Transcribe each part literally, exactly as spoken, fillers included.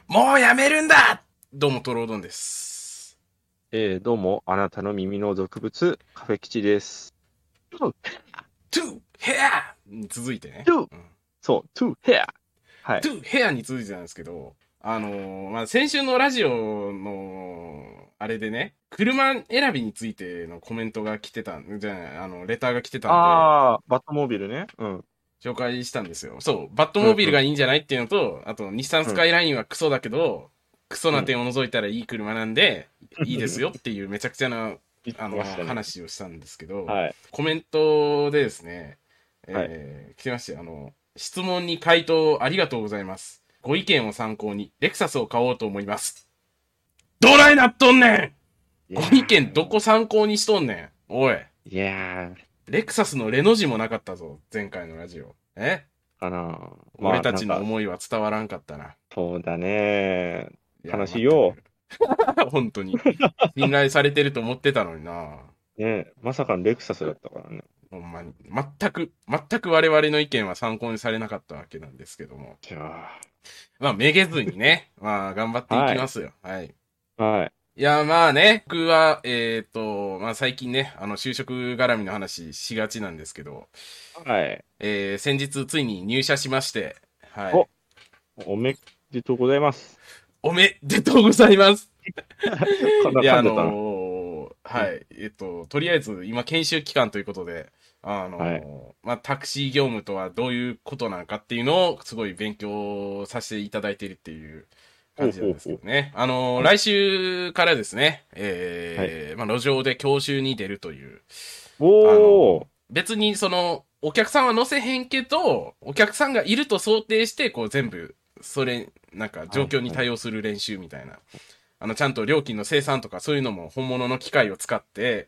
もうやめるんだ。どうもトロードンです。 えー、どうも、あなたの耳の俗物、カフェ吉です。トゥトゥヘアに続いてね。 トゥうん、 そう、トゥヘア。はい。 トゥヘアに続いてなんですけど、あのー、まあ、先週のラジオの、あれでね、車選びについてのコメントが来てたん、じゃあ、あの、レターが来てたんで、 あー、バットモービルね。うん。 紹介したんですよ。そう、バットモービルうんうん。 がいいんじゃないっていうのと、あと、日産うん。 スカイラインはクソだけど、クソうん。 な点を除いたらいい車なんで、いいですよっていうめちゃくちゃな、 言ってあの、 ましたね。 話をしたんですけど、 はい。 コメントでですね、 はい。 えー、来てまして、あの、質問に回答ありがとうございます。ご意見を参考に、レクサスを買おうと思います。どないなっとんねん。 いやご意見どこー、 参考にしとんねん。おい。 いやー、 レクサスのレの字もなかったぞ。前回のラジオ。えかな。まあ、 俺たちのなんか、 思いは伝わらんかったな。 そうだね。 いや、 悲しいよ。 まったく。本当に。信頼されてると思ってたのにな。 ね、まさかのレクサスだったからね。 ほんまに。全く、全く我々の意見は参考にされなかったわけなんですけども。 じゃまあ、めげずにね。まあ、頑張ってあ、 いはい。 きますよ。はい。 はい。 いや、まあね、僕は、えっと、まあ最近ね、あの、就職絡みの話しがちなんですけど、 はい。 えー、先日ついに入社しまして、はお、 い。 おめでとうございます。 おめでとうございます。 かんだ、 いや、あ噛んじゃったな。 のーうん。 はい。えっと、とりあえず、今、研修期間ということで、あはい。 のーまあ、タクシー業務とはどういうことなのかっていうのを、すごい勉強させていただいているっていうほ感じなんですうほうほう。 けどね。あのーはい。 来週からですね、 はい。 えー、まあ、路上で教習に出るという、あのーおー。 別にその、お客さんは乗せへんけど、お客さんがいると想定して、こう全部、それ、なんか状況にはいはい。 対応する練習みたいな。あの、ちゃんと料金の生産とかそういうのも本物の機械を使って、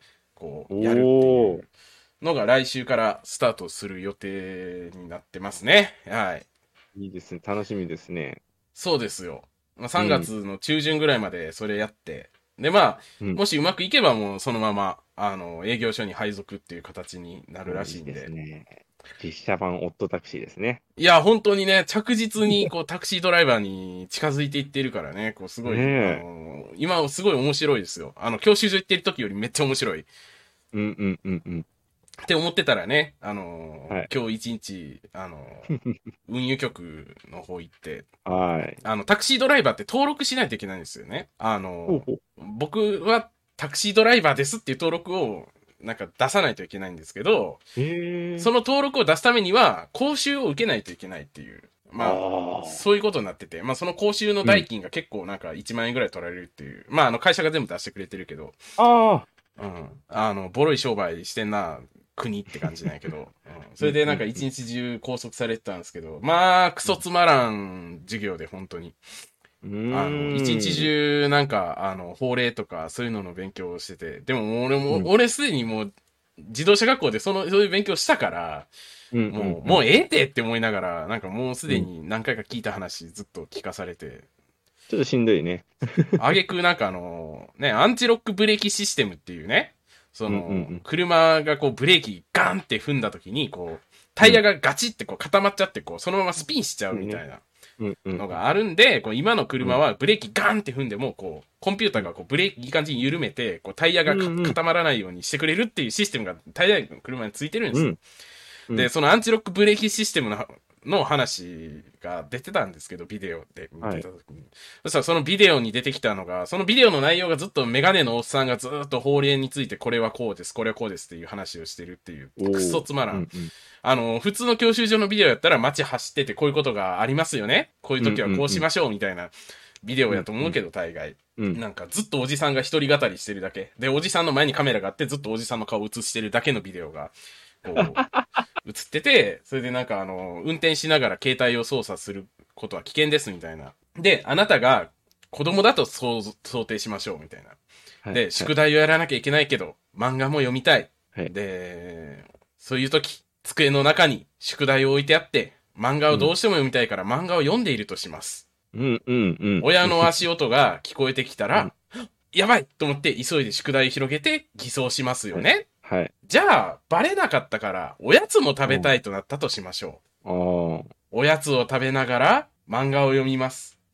こう、やるっていうおー。 のが来週からスタートする予定になってますね。はい。 いいですね。楽しみですね。 そうですよ。まあ、3 うん。 月の中旬ぐらいまでそれやって、で、まあ、 うん。 もしうまくいけばもうそのまま、あの、営業所に配属っていう形になるおー、いいですらしいんで。 ね。実写版オットタクシーですね。 いや、本当にね、着実にこうタクシードライバーに近づいていってるからね、こうすごねい、あえ。 の、今すごい面白いですよ。あの、教習所行ってる時よりめっちゃ面白い。 うんうんうんうん。 って思ってたらね、あのはい。 ー今日一日、あのー運輸局の方行って、 はい。 あの、タクシードライバーって登録しないといけないんですよね。あのほうほう。 ー僕はタクシードライバーですっていう登録を、なんか出さないといけないんですけど、 へえ。 その登録を出すためには、講習を受けないといけないっていう、 あまあ、 あ。 そういうことになってて、まあその講習のうん。 代金が結構なんかいちまん円ぐらい取られるっていう、まああの会社が全部出してくれてるけど、 ああ。 うん。あの、ボロい商売してんな、国って感じなんやけど。うん。そうんれでなんかうんうん。 一日中拘束されてたんですけど、まあ、クソつまらん授業で本当に。 うあの、一日ーん。 中なんか、あの、法令とかそういうのの勉強をしてて、でももう俺も、 うん。 俺すでにもう、自動車学校でその、そういう勉強したから、 うんうもう、 んうん。 もうええてって思いながら、なんかもうすうん。 でに何回か聞いた話ずっと聞かされて、 ちょっとしんどいね。 あげくなんかあの、ね、アンチロックブレーキシステムっていうね、そうんうの、 ん車がこうブレーキガンって踏んだ時に、こう、タうん。うん。 イヤがガチってこう固まっちゃって、こう、そのままスピンしちゃうそうね。 みたいなうんうんうん。 のがあるんで、こう、今の車うん。 はブレーキガンって踏んでも、こう、コンピュータうん。 ーがこう、ブレーキいい感じに緩めて、こう、タイヤがかうんうん。 固まらないようにしてくれるっていうシステムがタイヤの車についてるんですよ。 うん。うで、 ん。 そのアンチロックブレーキシステムのの話が出てたんですけど、ビデオで見はい。 てた時に。そしたらそのビデオに出てきたのが、そのビデオの内容がずっとメガネのおっさんがずっと法令についてこれはこうです、これはこうですっていう話をしてるっていう、くっおお。 そつまらん。 うんうん。 あの、普通の教習所のビデオやったら街走っててこういうことがありますよね。こういううん時はこううんうん。 しましょうみたいなビデオうんうん。 やと思うけど、大概。 うん。 なんかずっとおじさんが一人語りしてるだけ。で、おじさんの前にカメラがあってずっとおじさんの顔を映してるだけのビデオが、こう、映ってて、それでなんかあの、運転しながら携帯を操作することは危険ですみたいな。で、あなたが子供だと想想定しましょうみたいな。で、 はいはい。 宿題をやらなきゃいけないけど、漫画も読みたい。 はい。 で、そういう時、机の中に宿題を置いてあって、漫画うん。 をどうしても読みたいから漫画を読んでいるとします。 うんうんうん。 親の足音が聞こえてきたうん。 ら、やばいと思って急いで宿題を広げて偽装しますよはい。 ね。 はい。 じゃあ、バレなかったから、おやつも食べうん。 たいとなったとしましょう。 ああ。 おやつを食べながら漫画を読みます。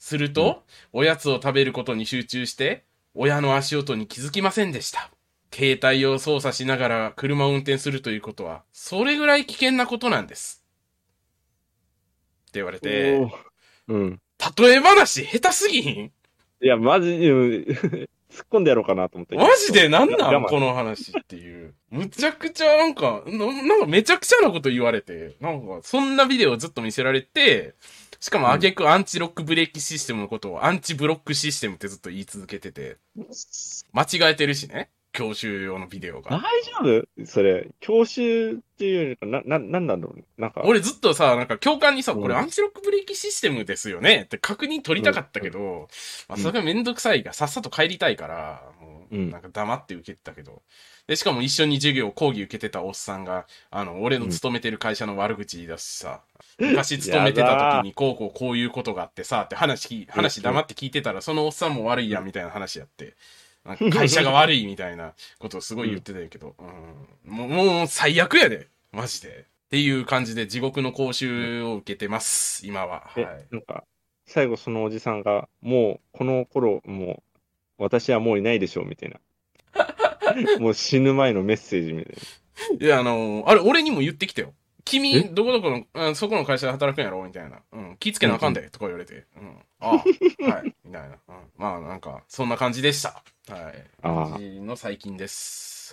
すると、おやつを食べることに集中して、親の足音に気づきませんでした。携帯を操作しながら車を運転するということは、それぐらい危険なことなんです。って言われて、 うん。 例え話下手すぎひん？ いや、マジ、うん突っ込んでやろうかなと思ったけど。 マジでなんなん我慢この話っていう。むちゃくちゃなんか、ななんかめちゃくちゃなこと言われて、なんかそんなビデオをずっと見せられて、しかも挙句アンチロックブレーキシステムのことをアンチブロックシステムってずっと言い続けてて、間違えてるしね。教習用のビデオが。 大丈夫それ、教習っていうよりか、な、な、なんなんだろうね。なんか。 俺ずっとさ、なんか教官にさ、 うんこれアンチロックブレーキシステムですよねって確認取りたかったけど、まあそれがめんどくさいからさっさと帰りたいから、もうなんか黙って受けてたけど。で、しかも一緒に授業、講義受けてたおっさんが、あの、俺の勤めてる会社の悪口言い出すしさ、昔勤めてた時にこうこうこういうことがあってさ、って話き、話黙って聞いてたら、そのおっさんも悪いやんみたいな話やって。なんか会社が悪いみたいなことをすごい言ってたんやけど、うん、もう、もう最悪やで。マジで。っていう感じで地獄の講習を受けてます、今は。 え、 はい。 なんか、最後そのおじさんが、もう、この頃、もう、私はもういないでしょう、みたいな。もう死ぬ前のメッセージみたいいや、あのーあれ、俺にも言ってきたよ。 え君、どこどこの、あそこの会社で働くんやろみたいな。うん。気ぃつけなあかんで、とか言われて。うん。ああ、はい。みたいな。うん。まあ、なんか、そんな感じでした。はい。 ああ感じの最近です。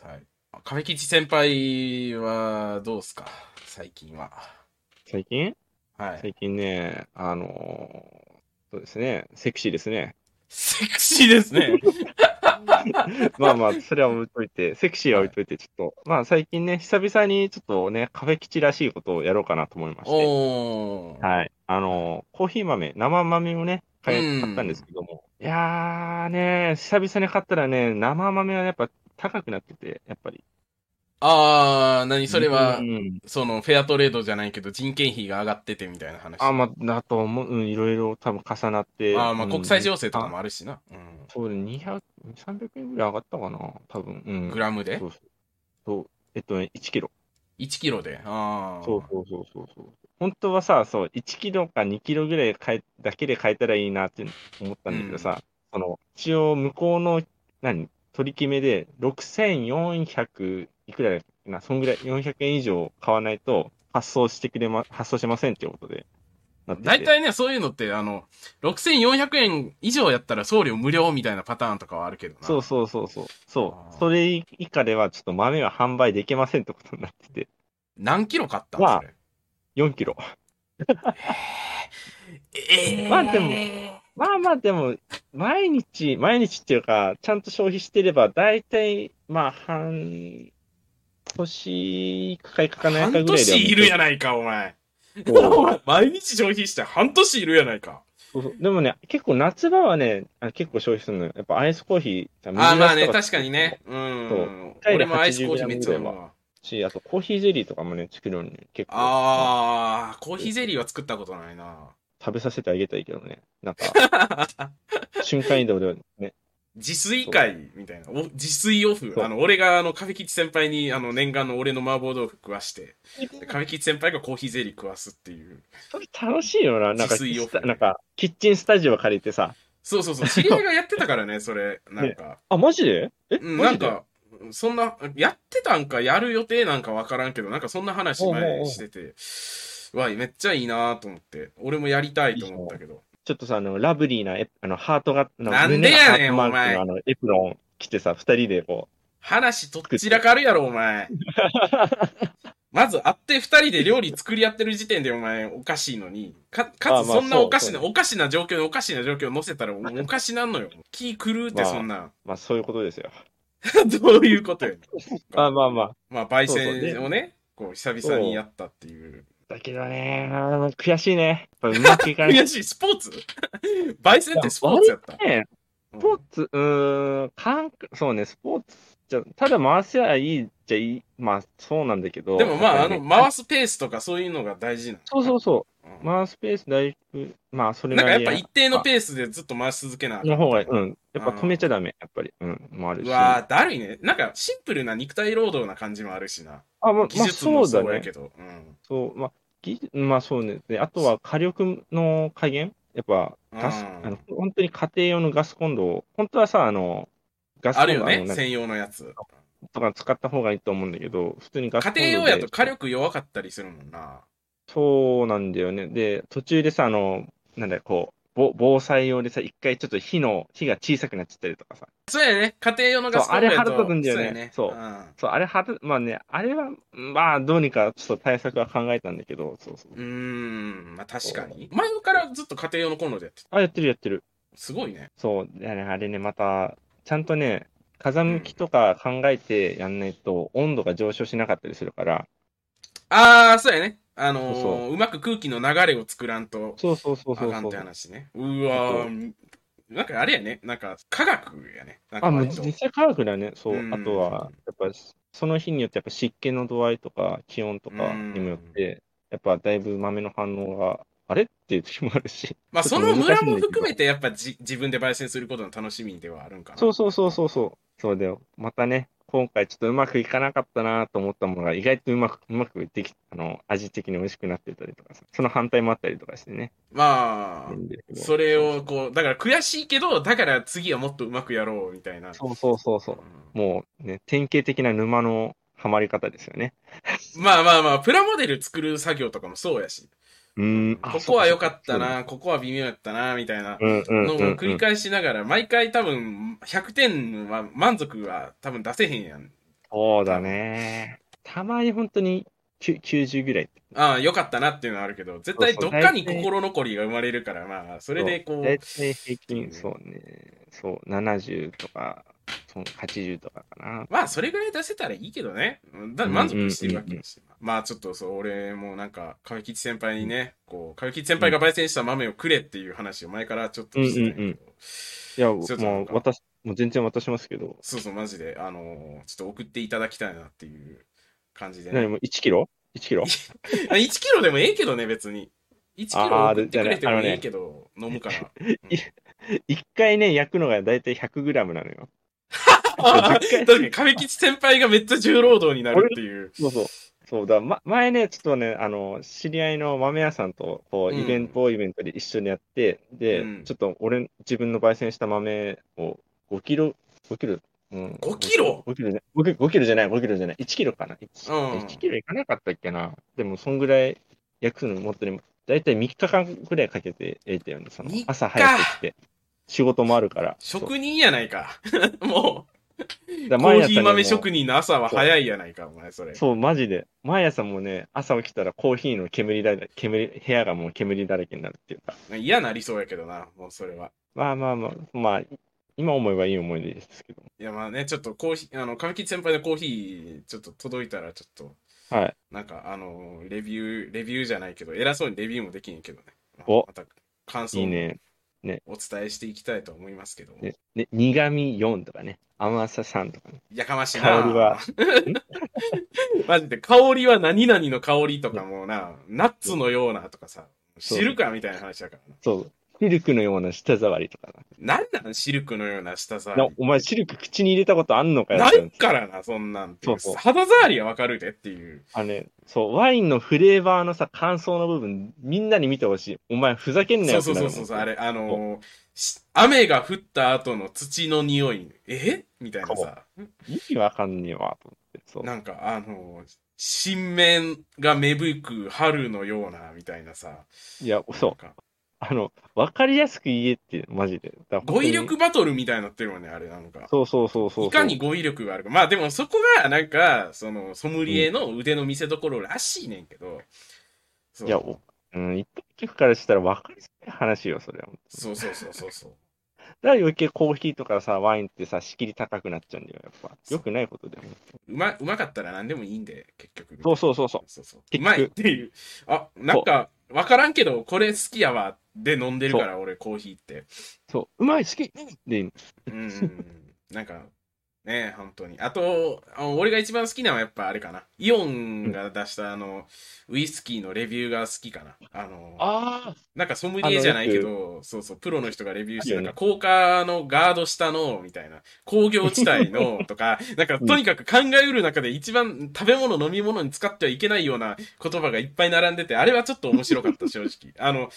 はい。亀吉先輩は、どうすか最近は。 な。最近はい。 最近ね、あのーそうですね、セクシーですね。 セクシーですね。 まあまあ、それは置いといて、セクシーははい。 置いといて、ちょっと、まあ最近ね、久々にちょっとね、カフェ基地らしいことをやろうかなと思いまして、 おー。 はい。あのーコーヒー豆、生豆をね、 う買え買ったんですん。 けども、いやーね、久々に買ったらね、生豆はやっぱ高くなってて、やっぱり。 あー、何うそれは、 ーん。 その、フェアトレードじゃないけど、人件費が上がっててみたいなあ、 話。 まあ、だと思う、うん、いろいろ多分重なって、 あー、まあ、国うん、 際情勢とかあ、 もあるしな。うん。 そうで、にひゃく、さんびゃくえんぐらい上がったかな、多分。うん。 グラムでそうそう。そう、えっとね、いちキロ。 ?いち キロで。あそうそうそうそうそう。本当はさ、そう、いちキロかにキロぐらい買えだけで買えたらいいなって思ったー。うんだけどん。 さ、その、一応向こうの、何、取り決めでろくせんよんひゃくいくらだっけな、そんぐらい、よんひゃくえん以上買わないと発送してくれま、発送しませんっていうことでなってて。 大体ね、そういうのって、あの、ろくせんよんひゃくえん以上やったら送料無料みたいなパターンとかはあるけどな。 そうそうそうそう。そう。 あーそれ以下ではちょっと豆は販売できませんってことになってて。 何キロ買ったんまあ、 それ。 よんキロ。まあでも、 ええまあまあでも、毎日、毎日っていうか、ちゃんと消費してれば、だいたい、まあ、半年いくかいかないか半ぐらいではもう、 年いるやないか、お前。 そお前、毎日消費して半年いるやないか。 うそうそうでもね、結構夏場はね、あ結構消費するのよ。やっぱアイスコーヒー、 ああ、まあね、 水出しとか確かにね。うそう、 ん。 いっかいで俺もアイスコーヒーめっはちじゅうグラム ぐらいは。 ち飲むわ。 し、あとコーヒーゼリーとかもね、作るのに結構、まあ、 ああ、コーヒーゼリーは作ったことないな。 食べさせてあげたいけどね。なんか、瞬間移動でね、 自炊そう、 会みたいな。お自炊オフ。 そう。 あの、俺があの、壁吉先輩にあの、念願の俺の麻婆豆腐食わして、で壁吉先輩がコーヒーゼリー食わすっていう、 それ楽しいよな。なん自か、スタ炊オフ。 なんか、キッチンスタジオ借りてさ。 そうそうそう。知り合いがやってたからね、それ。なんね。 か。 あ、マジでえうん、 マジでなんか、そんな、やってたんかやる予定なんかわからんけど、なんかそんな話おう前おうおうしてて、わい、めっちゃいいなと思って、俺もやりたいといいじゃん。 思ったけど。 ちょっとさ、あの、ラブリーなエ、あの、ハートが、あのなんで胸がハーやねん、 トマークのお前。 あの、エプロン着てさ、二人でこ話とっう、作っちらて。 かるやろ、お前。まず会って二人で料理作り合ってる時点でお前おかしいのに、か、かあ、まあ、 つそんなおそう、 かしな、 そうね。 おかしな状況におかしな状況を乗せたらもうおかしなんのよ。気狂うってそまあ、 んな。 まあ、そういうことですよ。 どういうことよ。 あ、まあまあ、 まあ、焙そうそう。で、 煎をね、こう、久々にそう。 やったっていう。 だけどね、あー悔しいね。やっぱうまくいかない。い悔しい、スポーツ焙煎っや、 てスポーツ割やった。 とね、 うん。 スポーツ、うーん、感覚、そうね、スポーツじゃ、ただ回せばいいじゃいい、まあ、そうなんだけど、 でもまあ、あの、 やっぱりね、 回すペースとかそういうのが大事なそうのかそうそな。うう。回すペース大丈夫。まあ、それん。なんかやっなりや、 ぱ一定のあ、 ペースでずっと回し続けなあかの方が、 んみたいな。 うん。やっぱ止めちゃあダメ。やっぱり。うん。もあるし。 うわー、だるいね。なんかシンプルな肉体労働な感じもあるしな。 あ、ま、まあ、 技術もそうだね。 そうやけど。うん。 そう、まあ、ぎ、まあ、そうね。で、あとは火力の加減。 やっぱ、 うガス、あの、 ん。 本当に家庭用のガスコンロを、本当はさ、あの、ガスコンロ、ああるよね。 の、なんか、 専用のやつ。 とか使った方がいいと思うんだけど、普通にガス家庭コンロで、 用やと火力弱かったりするもんな。 そうなんだよね。で、途中でさ、あの、なんだよ、こう、ぼ防災用でさ、一回ちょっと火の、火が小さくなっちゃったりとかさ。 そうやね。家庭用のガそう、 スコンあれ腹立つロやと、 んだよね。 そうやね。うそう。 ん。 そう、あれ腹立、まあね、あれは、まあ、どうにかちょっと対策は考えたんだけど、そうそう。 うーん、まあ確かそうに。前からずっと家庭用のコンロでやってた。 あ、やってるやってる。 すごいね。 そう、でねあれね、また、ちゃんとね、風うん。 向きとか考えてやんないと、温度が上昇しなかったりするから、 あー、そうやね。あそうそう。 のー、うまく空気の流れを作らんとそうそうそうあかんってそうそう。 話ね。うわそうー、なんかあれやね。なんか科学やね。なんかあ、もう割と。 実際科学だね。 うーそう。あとは、 ん。 やっぱ、その日によってやっぱ湿気の度合いとか気温とうーかにもよっん。 て、やっぱだいぶ豆の反応が、あれっていう時もあるし、 まあちょっと難そのムラしいんだけど。 も含めてやっぱじ自分で焙煎することの楽しみではあるんかな。 そうそうそうやっぱ。 そうそう。そうだよ。またね、今回ちょっとうまくいかなかったなと思ったものが意外とうまく、うまくでき、あの、味的に美味しくなってたりとかさ、その反対もあったりとかしてね。いいまあ、 んですけど、 それそうそう。 をこう、だから悔しいけど、だから次はもっとうまくやろうみたいな。 そうそうそううんそう。もうね、典型的な沼のハマり方ですよね。 まあまあまあ、プラモデル作る作業とかもそうやし。 うーん、 うん、 あ、 こそっかそっか。 こは良かったそうだね。 な、ここは微妙やったな、みたいなうんうんのうんうん。 を繰り返しながら、毎回多分、ひゃくてんは満足は多分出せへんやん。 そうだ多分。 ね。たまに本当にきゅきゅうじゅうぐらい。 ああ、良かったなっていうのはあるけど、絶そうそう、 対どっかに大体、 心残りが生まれるから、まあ、それそう、 でこう、 大体平均、 っていうね。 そうね。そう、ななじゅうとか、そう、はちじゅうとかかな。 まあ、それぐらい出せたらいいけどね。うんだうん満足うんしてるわけだうんし。まあ、ちょっとそう、俺もなんか、川吉先輩うん。 にね、こう、川吉先うん輩が焙煎した豆をくれっていう話を前からちょっとうんしてたんうんうん。 やけど、 いや、 ちょっとなんか、 もう私、もう全然渡しますけど、 そうそう、マジで、あのーちょっと送っていただきたいなっていう感じでね。 何もういちキロ ?いち キロいちキロでもええけどね、別に。いちキロああー、で、 送ってくれじゃあね、 てもええあのね、 けど、飲むから。ういん、 一回ね、焼くのがだいたいひゃくグラムなのよ。10 確回、 かに、亀吉先輩がめっちゃ重労働になる俺、 っていう。 そうそう。そうだ、ま、前ね、ちょっとね、あの、知り合いの豆屋さんと、こう、イベント、 うん。 某イベントで一緒にやって、で、ちうん。 ょっと俺、自分の焙煎した豆をごキロ、ごキロ、うん、 5 ごキロ、 キロごキロじゃ、ごキロ、ごキロじゃない、ごキロじゃない、いちキロかな。いち、 ういちん。 キロいかなかったっけな。でも、そんぐらい焼くのもっとね、だいたいみっかかんぐらいかけて焼いたよね。その、 みっ朝早か。 く起きて、仕事もあるから。そう。 職人やないか。もう、 だコー毎朝ね、 ヒー豆も職人の朝はう、そう早いやないか、お前、それ。 そう、マジで。毎朝もうね、朝起きたらコーヒーの煙だら、煙、部屋がもう煙だらけになるっていうか。 嫌なりそうやけどな、もうそれは。 まあまあまあ、まあ、今思えばいい思い出ですけど。 いや、まあね、ちょっとコーヒー、あの、神吉先輩のコーヒー、ちょっと届いたら、ちょっと、 はい。 なんか、あの、レビュー、レビューじゃないけど、偉そうにレビューもできんけどね。まあ、 お、 また、感想もいいね。ね、 お伝えしていきたいと思いますけども。 ね、ね、苦味よんとかね。甘ささんとかね。 やかましい香りは、 なんマジで、香りは何々の香りとかね、 もな、ナッツのようなとかさ、知そうそう。 るかみたいな話だからな。 そう。シルクのような舌触りとかなんなんシルクのような舌触な。な、 りって。 お前シルク口に入れたことあんのかよっないて言うんですよ。 からな、そんなんっていう。 そうそう。 肌触りはわかるでっていう。 あのね、そう、ワインのフレーバーのさ、感想の部分、みんなに見てほしい。お前ふざけんなそうよってなるもん。 そうそうそうそう、あれ、あそうのーし雨が降った後の土の匂い、えみたいなそさ。 う。意味わかんねえわ、と思って。そう。 なんか、あのー新芽が芽吹く春のような、みたいなさ。 いや、そう。 なんか、 あの、わかりやすく言えって、マジで。だから本語彙当に、 力バトルみたいになってるもんね、あれなんか。 そうそうそうそうそう。 いかに語彙力があるか。まあでもそこが、なんか、その、ソムうん。 リエの腕の見せ所らしいねんけど、 いや、 そう。 おうん、一般客からしたらわかりづらい話よ、それは。 そうそうそうそうそう。 だから余計コーヒーとかさ、ワインってさ、仕切り高くなっちゃうんだよ、やっぱ。よそう。 くないことだよ。 うま、うまかったら何でもいいんで、結局、みそうたいな。 そうそうそう。 そうそう。うまいっ結局、 ていう。あ、なんそう、 か、わからんけど、これ好きやわ。で飲んでるそう、 から、俺、コーヒーって。 そう、うまい、好きでいいの。 うんうんうん。なんか、ねえ、本当に。あと、あ俺が一番好きなのはやっぱあれかな。イオンうん。 が出したあの、ウイスキーのレビューが好きかな。あの、 あなんかソムあ、あの、 リエじゃないけよく、 ど、そうそう、プロの人がレビューして、なんかあるよね。 高架のガード下の、みたいな、工業地帯の、とか、なんかうん。 とにかく考えうる中で一番食べ物、飲み物に使ってはいけないような言葉がいっぱい並んでて、あれはちょっと面白かった、正直。あの、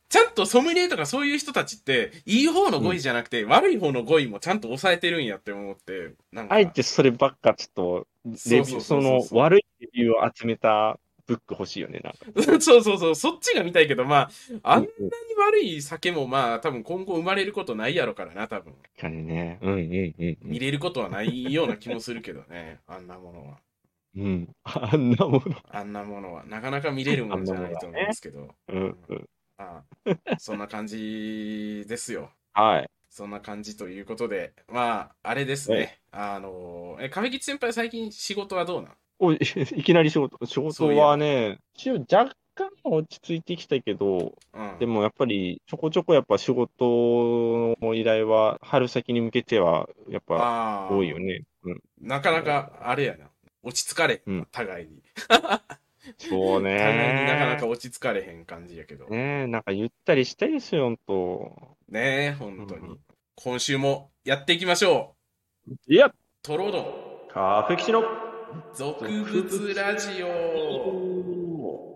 ちゃんとソムリエとかそういう人たちって、いい方の語彙じゃなくて、うん、悪い方の語彙もちゃんと抑えてるんやって思って、なんか。 あえてそればっかちょっと、レビュー、その悪いレビューを集めたブック欲しいよね、なんか。 そうそうそう、そっちが見たいけど、まあ、あんなに悪い酒もまあ、多分今後生まれることないやろからな、多分。 確かにね。うんうんうん、うん。 見れることはないような気もするけどね、あんなものは。 うん。あんなもの。 あんなものは。なかなか見れるもんじゃないと思うんですけど。ね、 うんうん。 ああ、そんな感じですよ。 はい。 そんな感じということで、まあ、あれですね。あの、え、亀吉先輩最近仕事はどうなん？ おい、いきなり仕事、仕事はね、一応若干落ち着いてきたけど、うん、でもやっぱりちょこちょこやっぱ仕事の依頼は春先に向けてはやっぱ多いよね。うん、 なかなかあれやな。落ち着かれ、うん、互いに。 そうね。 互いになかなか落ち着かれへん感じやけど。 ねえ、なんかゆったりしたいですよ、ほんと。 ねえ、ほんとに。うん、今週もやっていきましょう。いやトロドン。 カフェキシの俗物ラジオ。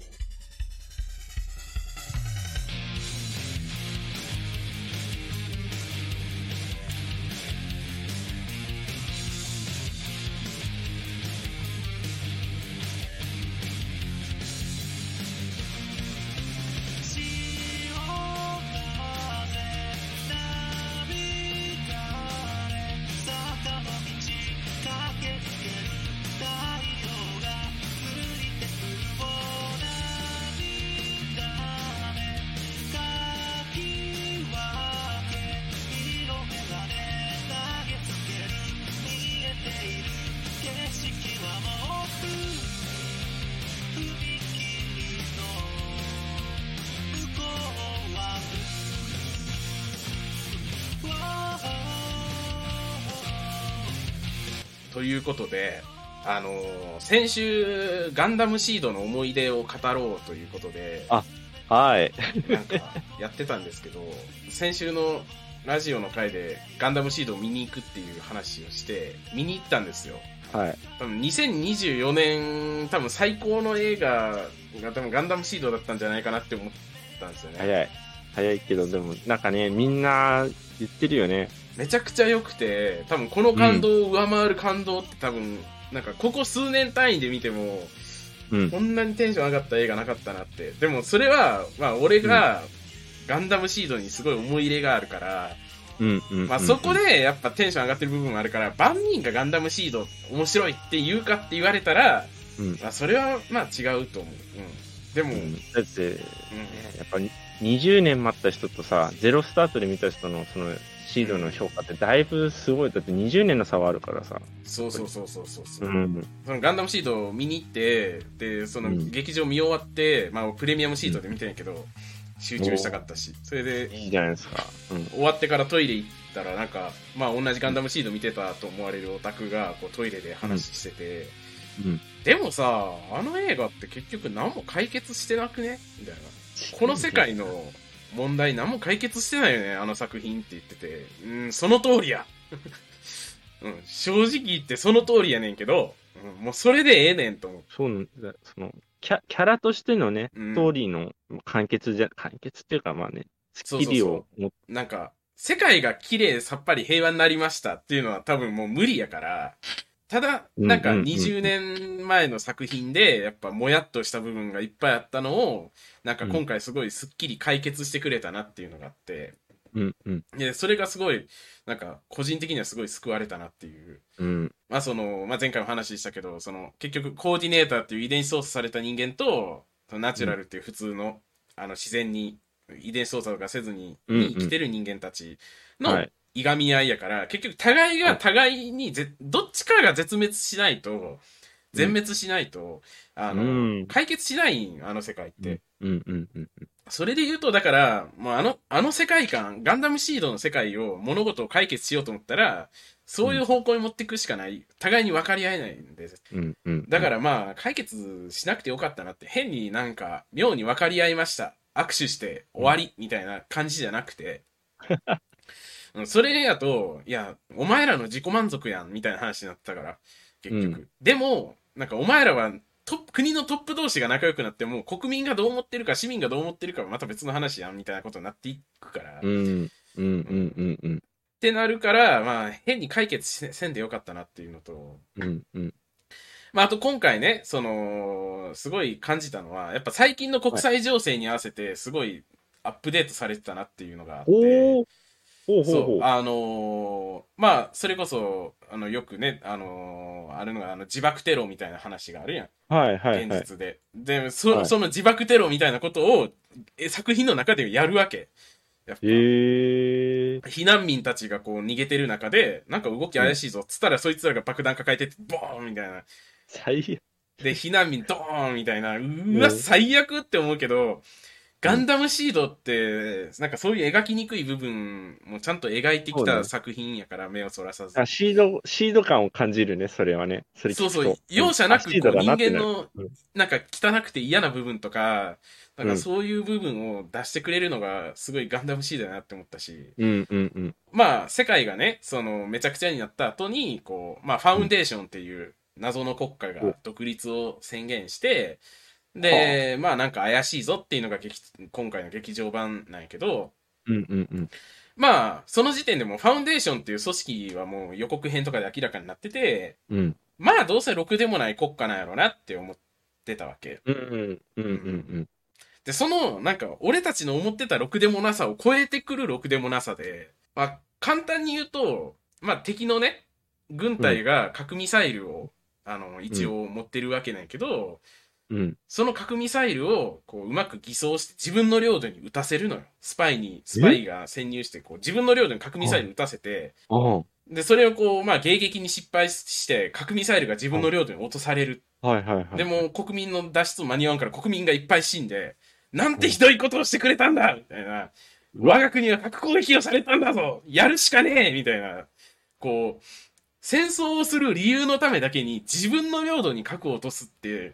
ということで、あのー、先週、ガンダムシードの思い出を語ろうということで、 あ、はい。 なんか、やってたんですけど、先週のラジオの回でガンダムシードを見に行くっていう話をして、見に行ったんですよ。 はい。 多分にせんにじゅうよねん、多分最高の映画が多分ガンダムシードだったんじゃないかなって思ったんですよね。 早い。早いけど、でも、なんかね、みんな言ってるよね。 めちゃくちゃ良くて、多分この感動を上回る感動って多分、なんかここ数年単位で見ても、うん、こんなにテンション上がった映画なかったなって。でもそれは、まあ俺がガンダムシードにすごい思い入れがあるから、 うんうん、 まあそこでやっぱテンション上がってる部分もあるから、万人がガンダムシード面白いって言うかって言われたら、うん、まあそれはまあ違うと思う。うん、でも、うん、 だって、うん、やっぱにじゅうねん待った人とさ、ゼロスタートで見た人のそのシードの評価ってだいぶすごい。だってにじゅうねんの差はあるからさ。 そうそうそうそうそうそう、うん、そのガンダムシードを見に行って、で、その劇場見終わって、うん、まあプレミアムシードで見てんやけど、うん、集中したかったし、それで、 いいじゃないですか。 うん、終わってからトイレ行ったら、なんか、まあ同じガンダムシード見てたと思われるオタクがこうトイレで話してて、うんうん、でもさ、あの映画って結局何も解決してなくねみたいな。この世界の問題何も解決してないよね、あの作品って言ってて。うん、その通りや。うん、正直言ってその通りやねんけど、うん、もうそれでええねんと思う。 そうなんだ。そのキャ、キャラとしてのね、ストーリーの完結じゃ、完結っていうかまあね、スッキリを。 そうそうそう。なんか、世界が綺麗さっぱり平和になりましたっていうのは多分もう無理やから、ただ、なんかにじゅうねんまえの作品で、やっぱもやっとした部分がいっぱいあったのを、なんか今回すごいスッキリ解決してくれたなっていうのがあって、 うんうん、 でそれがすごい、なんか個人的にはすごい救われたなっていう。 うん、 まあその、まあ前回も話したけど、その結局コーディネーターっていう遺伝子操作された人間と、ナチュラルっていう普通の、うん、あの自然に遺伝子操作とかせずに、に生きてる人間たちの、はい、いがみ合いやから、結局互いが互いにぜ、どっちかが絶滅しないと、全滅しないと、うん、あの、うん、解決しないん、あの世界って。 うんうんうんうん、 それで言うと、だから、もうあの、あの世界観、ガンダムシードの世界を、物事を解決しようと思ったら、そういう方向に持っていくしかない。互いに分かり合えないんで。 うんうん、 だからまあ、解決しなくてよかったなって、変になんか、妙に分かり合いました。握手して終わり、みたいな感じじゃなくて、それやと、いや、お前らの自己満足やん、みたいな話になったから、結局。うん、でも、なんかお前らはトップ、国のトップ同士が仲良くなっても、国民がどう思ってるか、市民がどう思ってるかはまた別の話やん、みたいなことになっていくから。 うん。うん。うん。うん。うん。 ってなるから、まあ、変に解決せせんでよかったなっていうのと、 うん。うん。 まあ、あと今回ね、その、すごい感じたのは、やっぱ最近の国はい。 際情勢に合わせて、すごいアップデートされてたなっていうのがあって、 おー、ほうほうそう、 ほあのーまあ、それこそ、あの、よくね、あのーあるのが、あの、自爆テロみたいな話があるやん。 う。はいはいはい。 現実で。で、そ、 はその自爆テロみたいなことを、え作品の中でやるわけ。やっい。 ぱ。 へえ。 避難民たちがこう逃げてる中で、なんか動きうん。 怪しいぞっつったら、そいつらが爆弾抱えてって、ボーンみたいな。 最悪。 で、避難民ドーンみたいな。うわ、 うん。 最悪って思うけど、 うん。 ガンダムシードって、なんかそういう描きにくい部分もちゃんと描いてきそうね。 た作品やから目をそらさあ、 ず。 シード、シード感を感じるね、それはね。それそうそう、 聞くと。うん。 容赦なあ、 くこう人シードだなってなる。 間のうん。 なんか汚くて嫌な部分とか、なんうん。 かそういう部分を出してくれるのがすごいガンダムシードだなって思ったし、 うん。うん。うん。 まあ世界がね、そのめちゃくちゃになった後に、こう、まあファうん。 ウンデーションっていう謎の国家お、 が独立を宣言して、 はあ。 で、まあなんか怪しいぞっていうのが劇今回の劇場版なんやけど、 うん。うん。うん。 まあその時点でもファウンデーションっていう組織はもう予告編とかで明らかになってて、 うん。 まあどうせろくでもない国家なんやろうなって思ってたわけ。 うん。うん。うん。 うん。 うん。 で、その、なんか、俺たちの思ってたろくでもなさを超えてくるろくでもなさで、まあ、簡単に言うと、まあ、敵のね、軍うん。 隊が核ミサイルを、あの、 うん。 一応持ってるわけなんやけど、 うん。 その核ミサイルを、こう、うまく偽装して自分の領土に撃たせるのよ。スパイに、スパえ、 イが潜入して、こう、自分の領土に核ミサイはい。 ル撃たせて、 ああ。 で、それをこう、まあ、迎撃に失敗して、核ミサイルが自分あ、 の領土に落とされる。 はいはいはいはい。 でも、国民の脱出間に合わんから国民がいっぱい死んで、なんてひうん。 どいことをしてくれたんだみたいな。 うわ。 我が国は核攻撃をされたんだぞやるしかねえみたいな。こう、戦争をする理由のためだけに自分の領土に核を落とすって、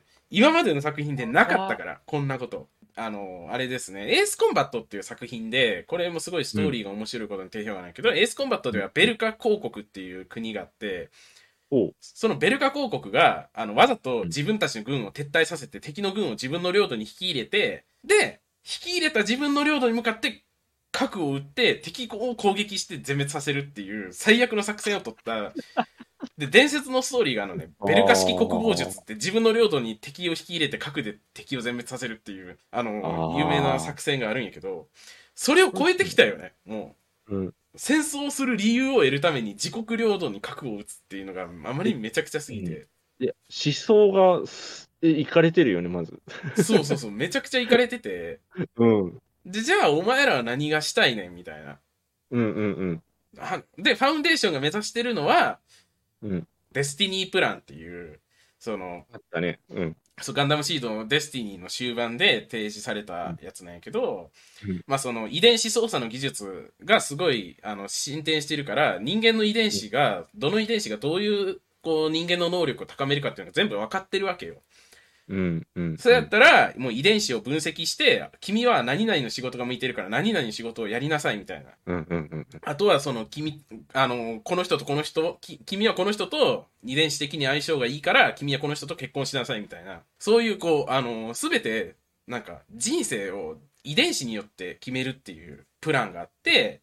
今までの作品でなかったあ、 から、こんなこと。あの、あれですね、エースコンバットっていう作品で、これもすごいストーうん。 リーが面白いことに定評がないけど、エースコンバットうん。 ではベルカ公国っていう国があって、 おう。 そのベルカ公国が、あの、わざとうん。 自分たちの軍を撤退させて敵の軍を自分の領土に引き入れて、で、引き入れた自分の領土に向かって核を撃って敵を攻撃して全滅させるっていう最悪の作戦を取った、で、伝説のストーリーがあのね、 あベルカ式国防術っあ。 て自分の領土に敵を引き入れて核で敵を全滅させるっていう、あの、有名なああ。 作戦があるんやけど、それを超えてきたよね、もう。 うん。 戦争をする理由を得るために自国領土に核を撃つっていうのがあまりえ、 にめちゃくちゃすうん。 ぎて、 いや、思想が、すえ、いかれてるよね、まず。 そうそうそう、めちゃくちゃイかれてて、 うん。 で、じゃあお前らは何がしたいねんみたいな。 うんうんうん。 はで、ファウンデーションが目指してるのは、 うん。 デスティニープランっていう、その、 あったね。うん。 そうガンダムシードのデスティニーの終盤で提示されうん。 たやつなんやけど、 うん。 まあその遺伝子操作の技術がすごいあの進展してるから、人間の遺伝子が、どの遺伝子がどういうこう人間の能力を高めるかっていうのが全部分かってるわけよ。 うん。うん。 そうやっうん。 たら、もう遺伝子を分析して、君は何々の仕事が向いてるから何々の仕事をやりなさいみたいな。 うん。うん。 あとはその君、あの、この人とこの人、き君はこの人と遺伝子的に相性がいいから、君はこの人と結婚しなさいみたいな。そういうこう、あの、すべて、なんか人生を遺伝子によって決めるっていうプランがあって、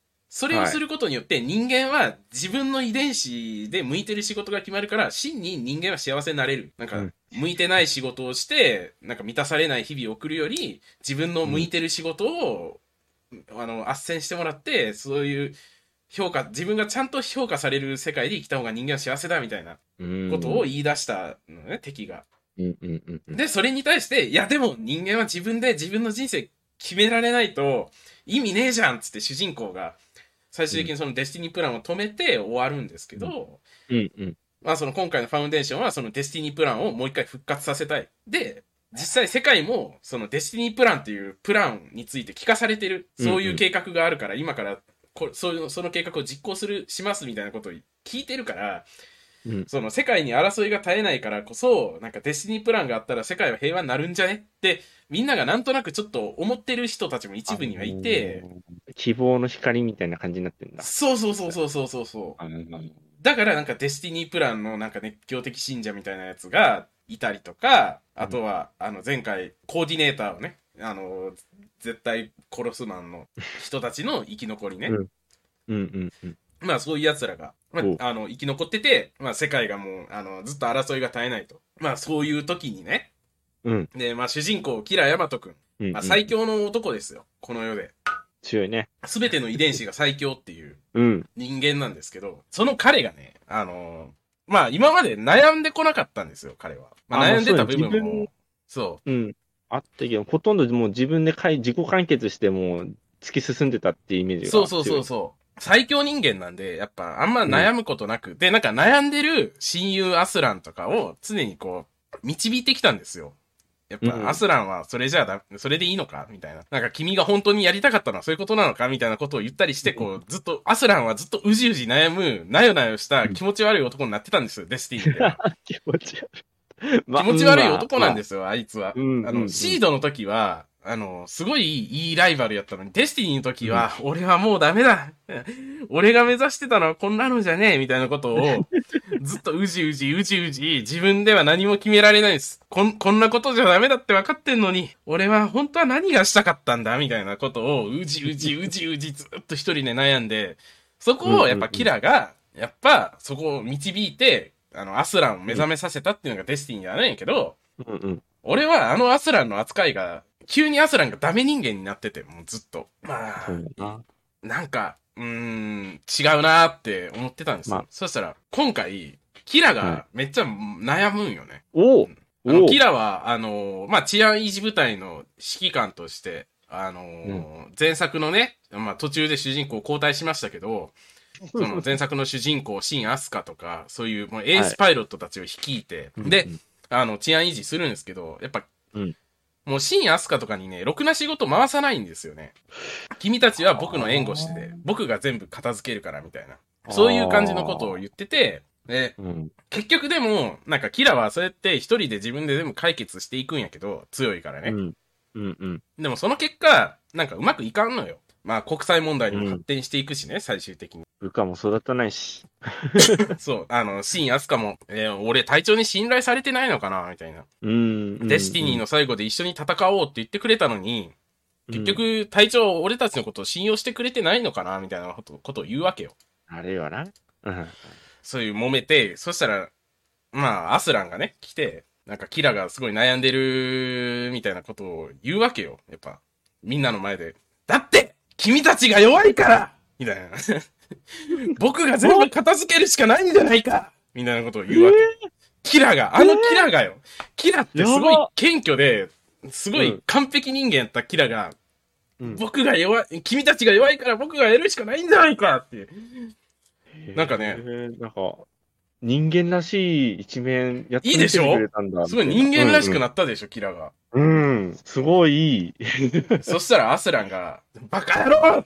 それをはい。 することによって人間は自分の遺伝子で向いてる仕事が決まるから、真に人間は幸せになれる。なんか、 うん。 向いてない仕事をして、なんか満たされない日々を送るより、自分のうん。 向いてる仕事を、あの、斡旋してもらって、そういう評価、自分がちゃんと評価される世界で生きた方が人間は幸せだみたいなうことをん。 言い出したのね、敵が。 うん。うん。うん。うん。 で、それに対して、いやでも人間は自分で自分の人生決められないと意味ねえじゃんっつって主人公が最終的にそのデスティニープランを止めて終わるんですけうん。 ど、 うん。うん。 まあその今回のファウンデーションはそのデスティニープランをもう一回復活させたい。で、実際世界もそのデスティニープランっていうプランについて聞かされてる。 うん。 そういううん。 計画があるから今からこそういうその計画を実行する、しますみたいなことを聞いてるから、 うん。 その世界に争いが絶えないからこそ、なんかデスティニープランがあったら世界は平和になるんじゃねって、みんながなんとなくちょっと思ってる人たちも一あ部にはいて、 のー希望の光みたいな感じになってんだ。 そうそうそう実際。 そうそうそうそう。 あのーだからなんかデスティニープランのなんか熱狂的信者みたいなやつが、 いたりとか、あとは、あの、前回、コーディネーターをね、あの、絶対殺すマンの人たちの生き残りね。 うん。うんうんうん。 まあそういう奴らが、まおあ、あの、生き残ってて、まあ世界がもう、あの、ずっと争いが絶えないと。まあそういう時にね。 うん。 で、まあ主人公、キラヤマトくん。 うんうんまあ最強の男ですよ。この世で。 強いね。 すべての遺伝子が最強っていううん。 人間なんですけど、その彼がね、あのまあ今まで悩んでこなかったんですよ、彼は。まああ悩んでた部分もうそうね自分も、そうん。あったけど、ほとんどもう自分でかい自己完結してもう突き進んでたっていうイメーう。 ジそうそうが強い。 そうそう。最強人間なんで、やっぱあんま悩むことなく、で、なんか悩んでる親友アスランとかを常にこう、導いてきたんですよ。やっうんぱアスランはそれじゃあだ、それでいいのかみたいな。なんか君が本当にやりたかったのはそういうことなのかみたいなことを言ったりして、こう、ずっと、アスランはずっとうじうじ悩む、なよなよした気持ち悪い男になってたんですよ、デスティニーでは。 気持ち悪い。ま気持ち悪い男なんですすよ、あいつは。 うんあの、 うんうんシードの時は、あの、すごいいいライバルやったのに、デスティニーの時は、俺はもうダメだ。俺が目指してたのはこんなのじゃねえ、みたいなことを、ずっとうじうじうじうじ、自分では何も決められないです。こん、こんなことじゃダメだって分かってんのに、俺は本当は何がしたかったんだ、みたいなことを、うじうじうじうじずっと一人で悩んで、そこをやっぱキラが、やっぱそこを導いて、あの、アスランを目覚めさせたっていうのがデスティニーじゃないんやけど、 うんうん。 俺はあのアスランの扱いが、急にアスランがダメ人間になってて、もうずっと。まそうだあ、 な。 なんか、うーん、違うなーって思ってたんですよ。 まあそしたら、今回、キラがめっちゃ悩むんよね。 おおあの、 おキラは、あのーまあ、治安維持部隊の指揮官として、あのー前作のね、まあ、途中で主人公交代しましたけど、その前作の主人公、シン・アスカとか、そういうもうエースパイロットたちを率いて、で、 うんあの、治安維持するんですけど、やっぱ、 うんもうシン・アスカとかにね、ろくな仕事回さないんですよね。君たちは僕の援護してて、僕が全部片付けるからみたいな。そういう感じのことを言ってて、で、 うん結局でも、なんかキラはそうやって一人で自分で全部解決していくんやけど、強いからね。 うんうんうんでもその結果、なんかうまくいかんのよ。まあ国際問題にも発展していくしね、最終的に。 部下も育たないし。 そう、あの、シン・アスカも、えー俺隊長に信頼されてないのかなみたいな。 うんデスティニーの最後で一緒に戦おうって言ってくれたのに、結局隊長俺たちのことを信用してくれてないのかなみたいなことことを言うわけよ。 あれはな。うんそういう揉めて、そしたら、まあ、アスランがね、来て、なんかキラがすごい悩んでる、みたいなことを言うわけよ。やっぱ、みんなの前で。だって君たちが弱いからみたいな。僕が全部片付けるしかないんじゃないかみたいなことを言うわけ。キラが、あのキラがよ。キラってすごい謙虚で、すごい完璧人間やったキラが、 うん僕が弱い、君たちが弱いから僕がやるしかないんじゃないかって。なんかねへーなんか、人間らしい一面やっていいでしょみてくれたんだ。 すごい人間らしくななったでしょ、キラが。 うん、うんすごいいい。 そしたらアスランが、バカ野郎って、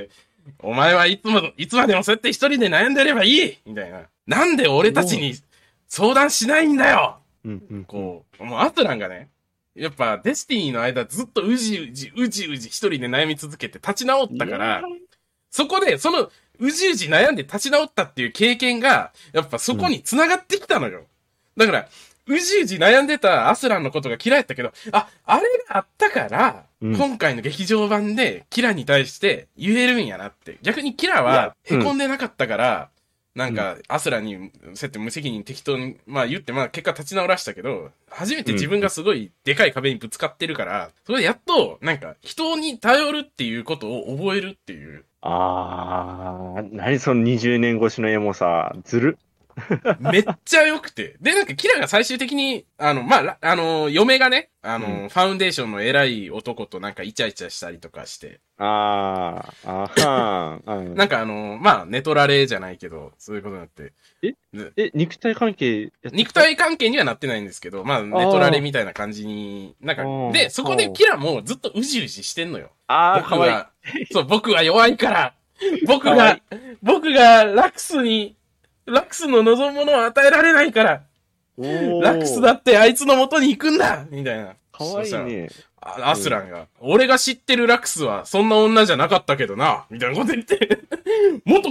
お前はいつも、いつまでもそうやって一人で悩んでればいいみたいな。なんで俺たちに相談しないんだようんうんこう、もうアスランがね、やっぱデスティニーの間ずっとうじうじ、うじうじ一人で悩み続けて立ち直ったから、そこで、その、うじうじ悩んで立ち直ったっていう経験が、やっぱそこに繋がってきたのよ。だから、うじうじ悩んでたアスランのことが嫌いやったけど、あ、あれがあったから、 うん今回の劇場版でキラに対して言えるんやなって。逆にキラはいやうん凹んでなかったから、なんか、アスラに、そうやって無責任に適当に、まあ言って、まあ結果立ち直らしたけど、初めて自分がすごいでかい壁にぶつかってるから、それでやっと、なんか、人に頼るっていうことを覚えるっていう。 あー、何そのにじゅうねん越しのエモさ、ずる。 めっちゃ良くて。で、なんか、キラが最終的に、あの、まあ、らあの、嫁がね、あの、 うんファウンデーションの偉い男となんかイチャイチャしたりとかして、 あー、あはー、うんなんかあの、まあ、ネトラレじゃないけど、そういうことになって。 えでえ、肉体関係やってた肉体関係にはなってないんですけど、まあ、ネトラレみたいな感じに、なんかあ、ーで、そこでキラもずっとうじうじしてんのよ。 あー、 僕かわいい。 は、そう、僕は弱いから、僕かわがい、 僕がラクスに、ラクスの望むものを与えられないから、 おーラクスだってあいつの元に行くんだみたいな。 かわいいね。 あアスランが、俺が知ってるラクスはそんな女じゃなかったけどな、みたいなこと言って、元婚約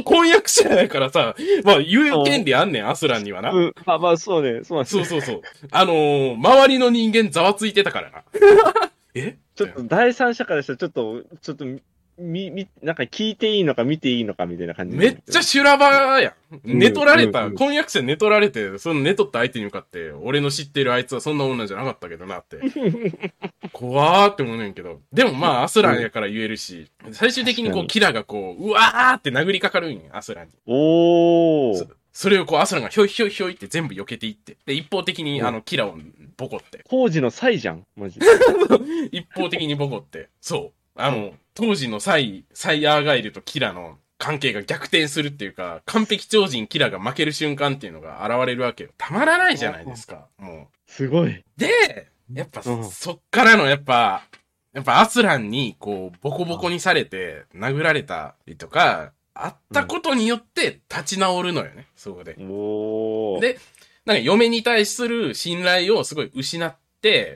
役者やからさ、まあ言う権利あんねん、アスランにはな。 うん。まあまあ、そうね。そうなんですね。 そうそうそう。あのー、周りの人間ざわついてたからな。えちょっと第三者からしたら、ちょっと、ちょっと、み、み、なんか聞いていいのか見ていいのかみたいな感じめっちゃ修羅場やん。 うん寝取られた、 うんうん婚約者寝取られて、その寝取った相手に向かって、俺の知ってるあいつはそんな女じゃなかったけどなって。怖ーって思うねんけど。でもまあ、アスランやから言えるし、最終的にこう、キラがこう、うわーって殴りかかるんや、アスランに。 おー。 そそれをこう、アスランがひょいひょいひょいって全部避けていって。で、一方的にうんあの、キラをボコって。 当時のサイじゃん、マジで。 一方的にボコって。そう。あの、当時のサイ、サイアーガイルとキラの関係が逆転するっていうか、完璧超人キラが負ける瞬間っていうのが現れるわけよ。たまらないじゃないですか、もすごい。 う。で、やっぱ、 うんそっからのやっぱ、やっぱアスランにこう、ボコボコにされて、殴られたりとか、あったことによって立ち直るのよね、そこで。 おー。 で、なんか嫁に対する信頼をすごい失って、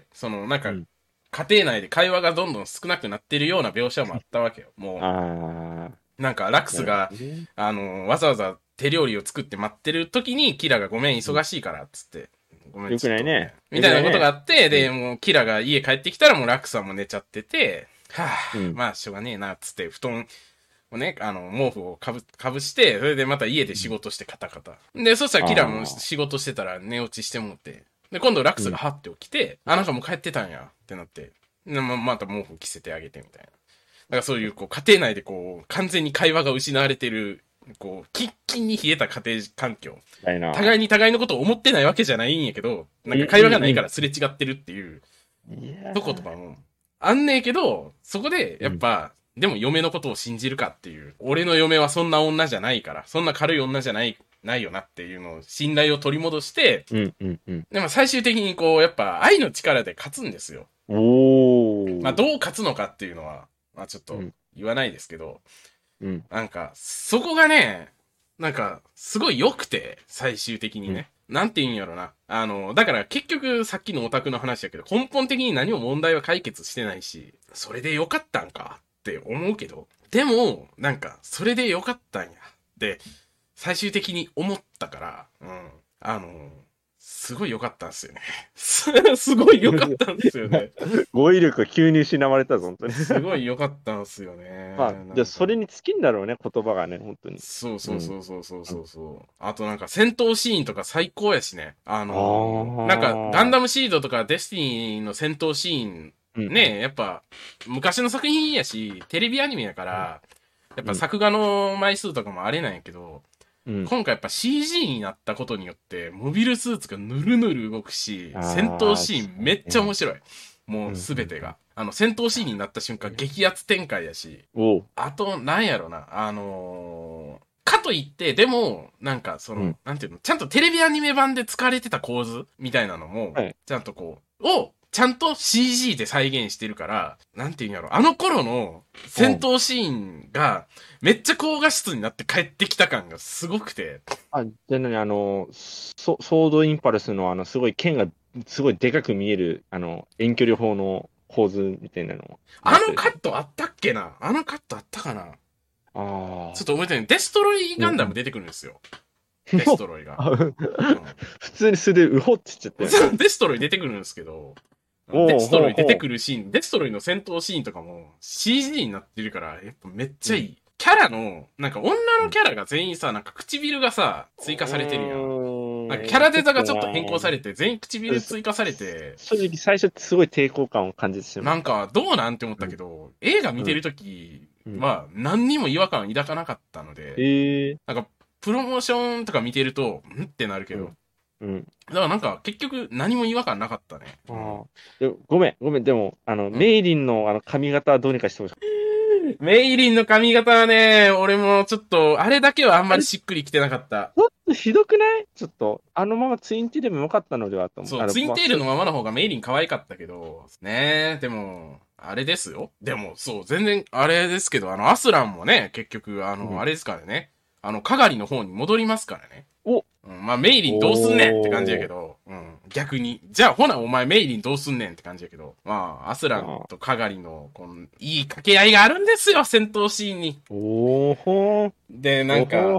そのなんか、 うん家庭内で会話がどんどん少なくなってるような描写もあったわけよ。もあう、なんかラクスが、あの、わざわざ手料理を作って待ってる時に、キラがごめん忙しいから、っつって。ごめんよくないね。 みたいなことがあって、 よくないねで、もうキラが家帰ってきたらもうラクスはもう寝ちゃってて、はぁ、 うんまあしょうがねえな、っつって布団、をね、あの、毛布をかぶ、かぶして、それでまた家で仕事してカタカタ。で、そしたらキラも仕事してたら寝落ちしてもって。で、今度ラクスがハッて起きて、あ、なんかもう帰ってたんや、ってなって。でままた毛布着せてあげてみたいな。だからそういう、こう、家庭内でこう、完全に会話が失われてる、こう、キッキンに冷えた家庭環境。互いに互いのことを思ってないわけじゃないんやけど、なんか会話がないからすれ違ってるっていう、とことかも、あんねえけど、そこで、やっぱ、でも嫁のことを信じるかっていう、俺の嫁はそんな女じゃないから、そんな軽い女じゃない、ないよなっていうのを、信頼を取り戻して、 うんうんうん。 でも最終的にこう、やっぱ愛の力で勝つんですよ。 おー。 まあ、どう勝つのかっていうのは、まあちょっと言わないですけど、 うん。 なんか、そこがね、なんか、すごい良くて、最終的にね。なんて言うんやろな。あの、だから結局さっきのオタクの話だけど、根本的に何も問題は解決してないし、それで良かったんかって思うけど、でも、なんか、それで良かったんやって、最終的に思ったから、うん。あの、すごい良かったんですよね。す、すごい良かったんですよね。 語彙力が急に失われたぞ、本当に。 すごい良かったんですよね。 まあ、じゃあそれに尽きんだろうね、言葉がね、本当に。 そうそうそうそうそうそうそう、うん、あとなんか戦闘シーンとか最高やしね。あのー、なんかガンダムシードとかデスティニーの戦闘シーン、ね、うん、やっぱ昔の作品やし、テレビアニメやから、やっぱ作画の枚数とかもあれなんやけど、うん、今回やっぱ シージー になったことによって、モビルスーツがぬるぬる動くし、戦闘シーンめっちゃ面白い。もうすべてが。あの、戦闘シーンになった瞬間、激アツ展開やし。あと、なんやろな。あのー、かといって、でも、なんか、その、うん、なんていうの、ちゃんとテレビアニメ版で使われてた構図みたいなのも、はい、ちゃんとこう、を、ちゃんと シージー で再現してるから、なんていうんやろ、あの頃の戦闘シーンが、めっちゃ高画質になって帰ってきた感がすごくて。 あ、じゃあ何、あの、ソソードインパルスのあの、すごい剣がすごいでかく見える、あの、遠距離砲の構図みたいなの。 あのカットあったっけなあのカットあったかなああ。ちょっと覚えてない。デストロイガンダム出てくるんですよ。うん、デストロイが。うん、 普通に素でうほって言っちゃって。 デストロイ出てくるんですけど、デストロイ出てくるシーン、デストロイの戦闘シーンとかも シージー になってるから、やっぱめっちゃいい。うん、キャラの、なんか女のキャラが全員さ、なんか唇がさ、追加されてるやん。なんかキャラデザがちょっと変更されて、全員唇追加されて。 正直最初すごい抵抗感を感じてしまう。 なんか、どうなんて思ったけど、うん、映画見てるときは、何にも違和感抱かなかったので、 うん、 なんか、プロモーションとか見てると、んってなるけど、うんうん。 だからなんか、結局何も違和感なかったね。 あでごめん、ごめん。でも、あの、うん、メイリンのあの髪型はどうにかしてほしい。 メイリンの髪型はね、俺もちょっと、あれだけはあんまりしっくりきてなかった。 ちょっとひどくないちょっと、あのままツインテールでもよかったのではと思う。 そう、ツインテールのままの方がメイリン可愛かったけど、ねえ、でも、あれですよ。でも、そう、全然、あれですけど、あの、アスランもね、結局、あの、うん、あれですからね。あの、かがりの方に戻りますからね。 お、 うん、まあ、メイリンどうすんねんって感じやけど、うん、逆に。じゃあ、ほな、お前メイリンどうすんねんって感じやけど、まあ、アスランとかがりの、この、いい掛け合いがあるんですよ、戦闘シーンに。 おーほー。 で、なんか、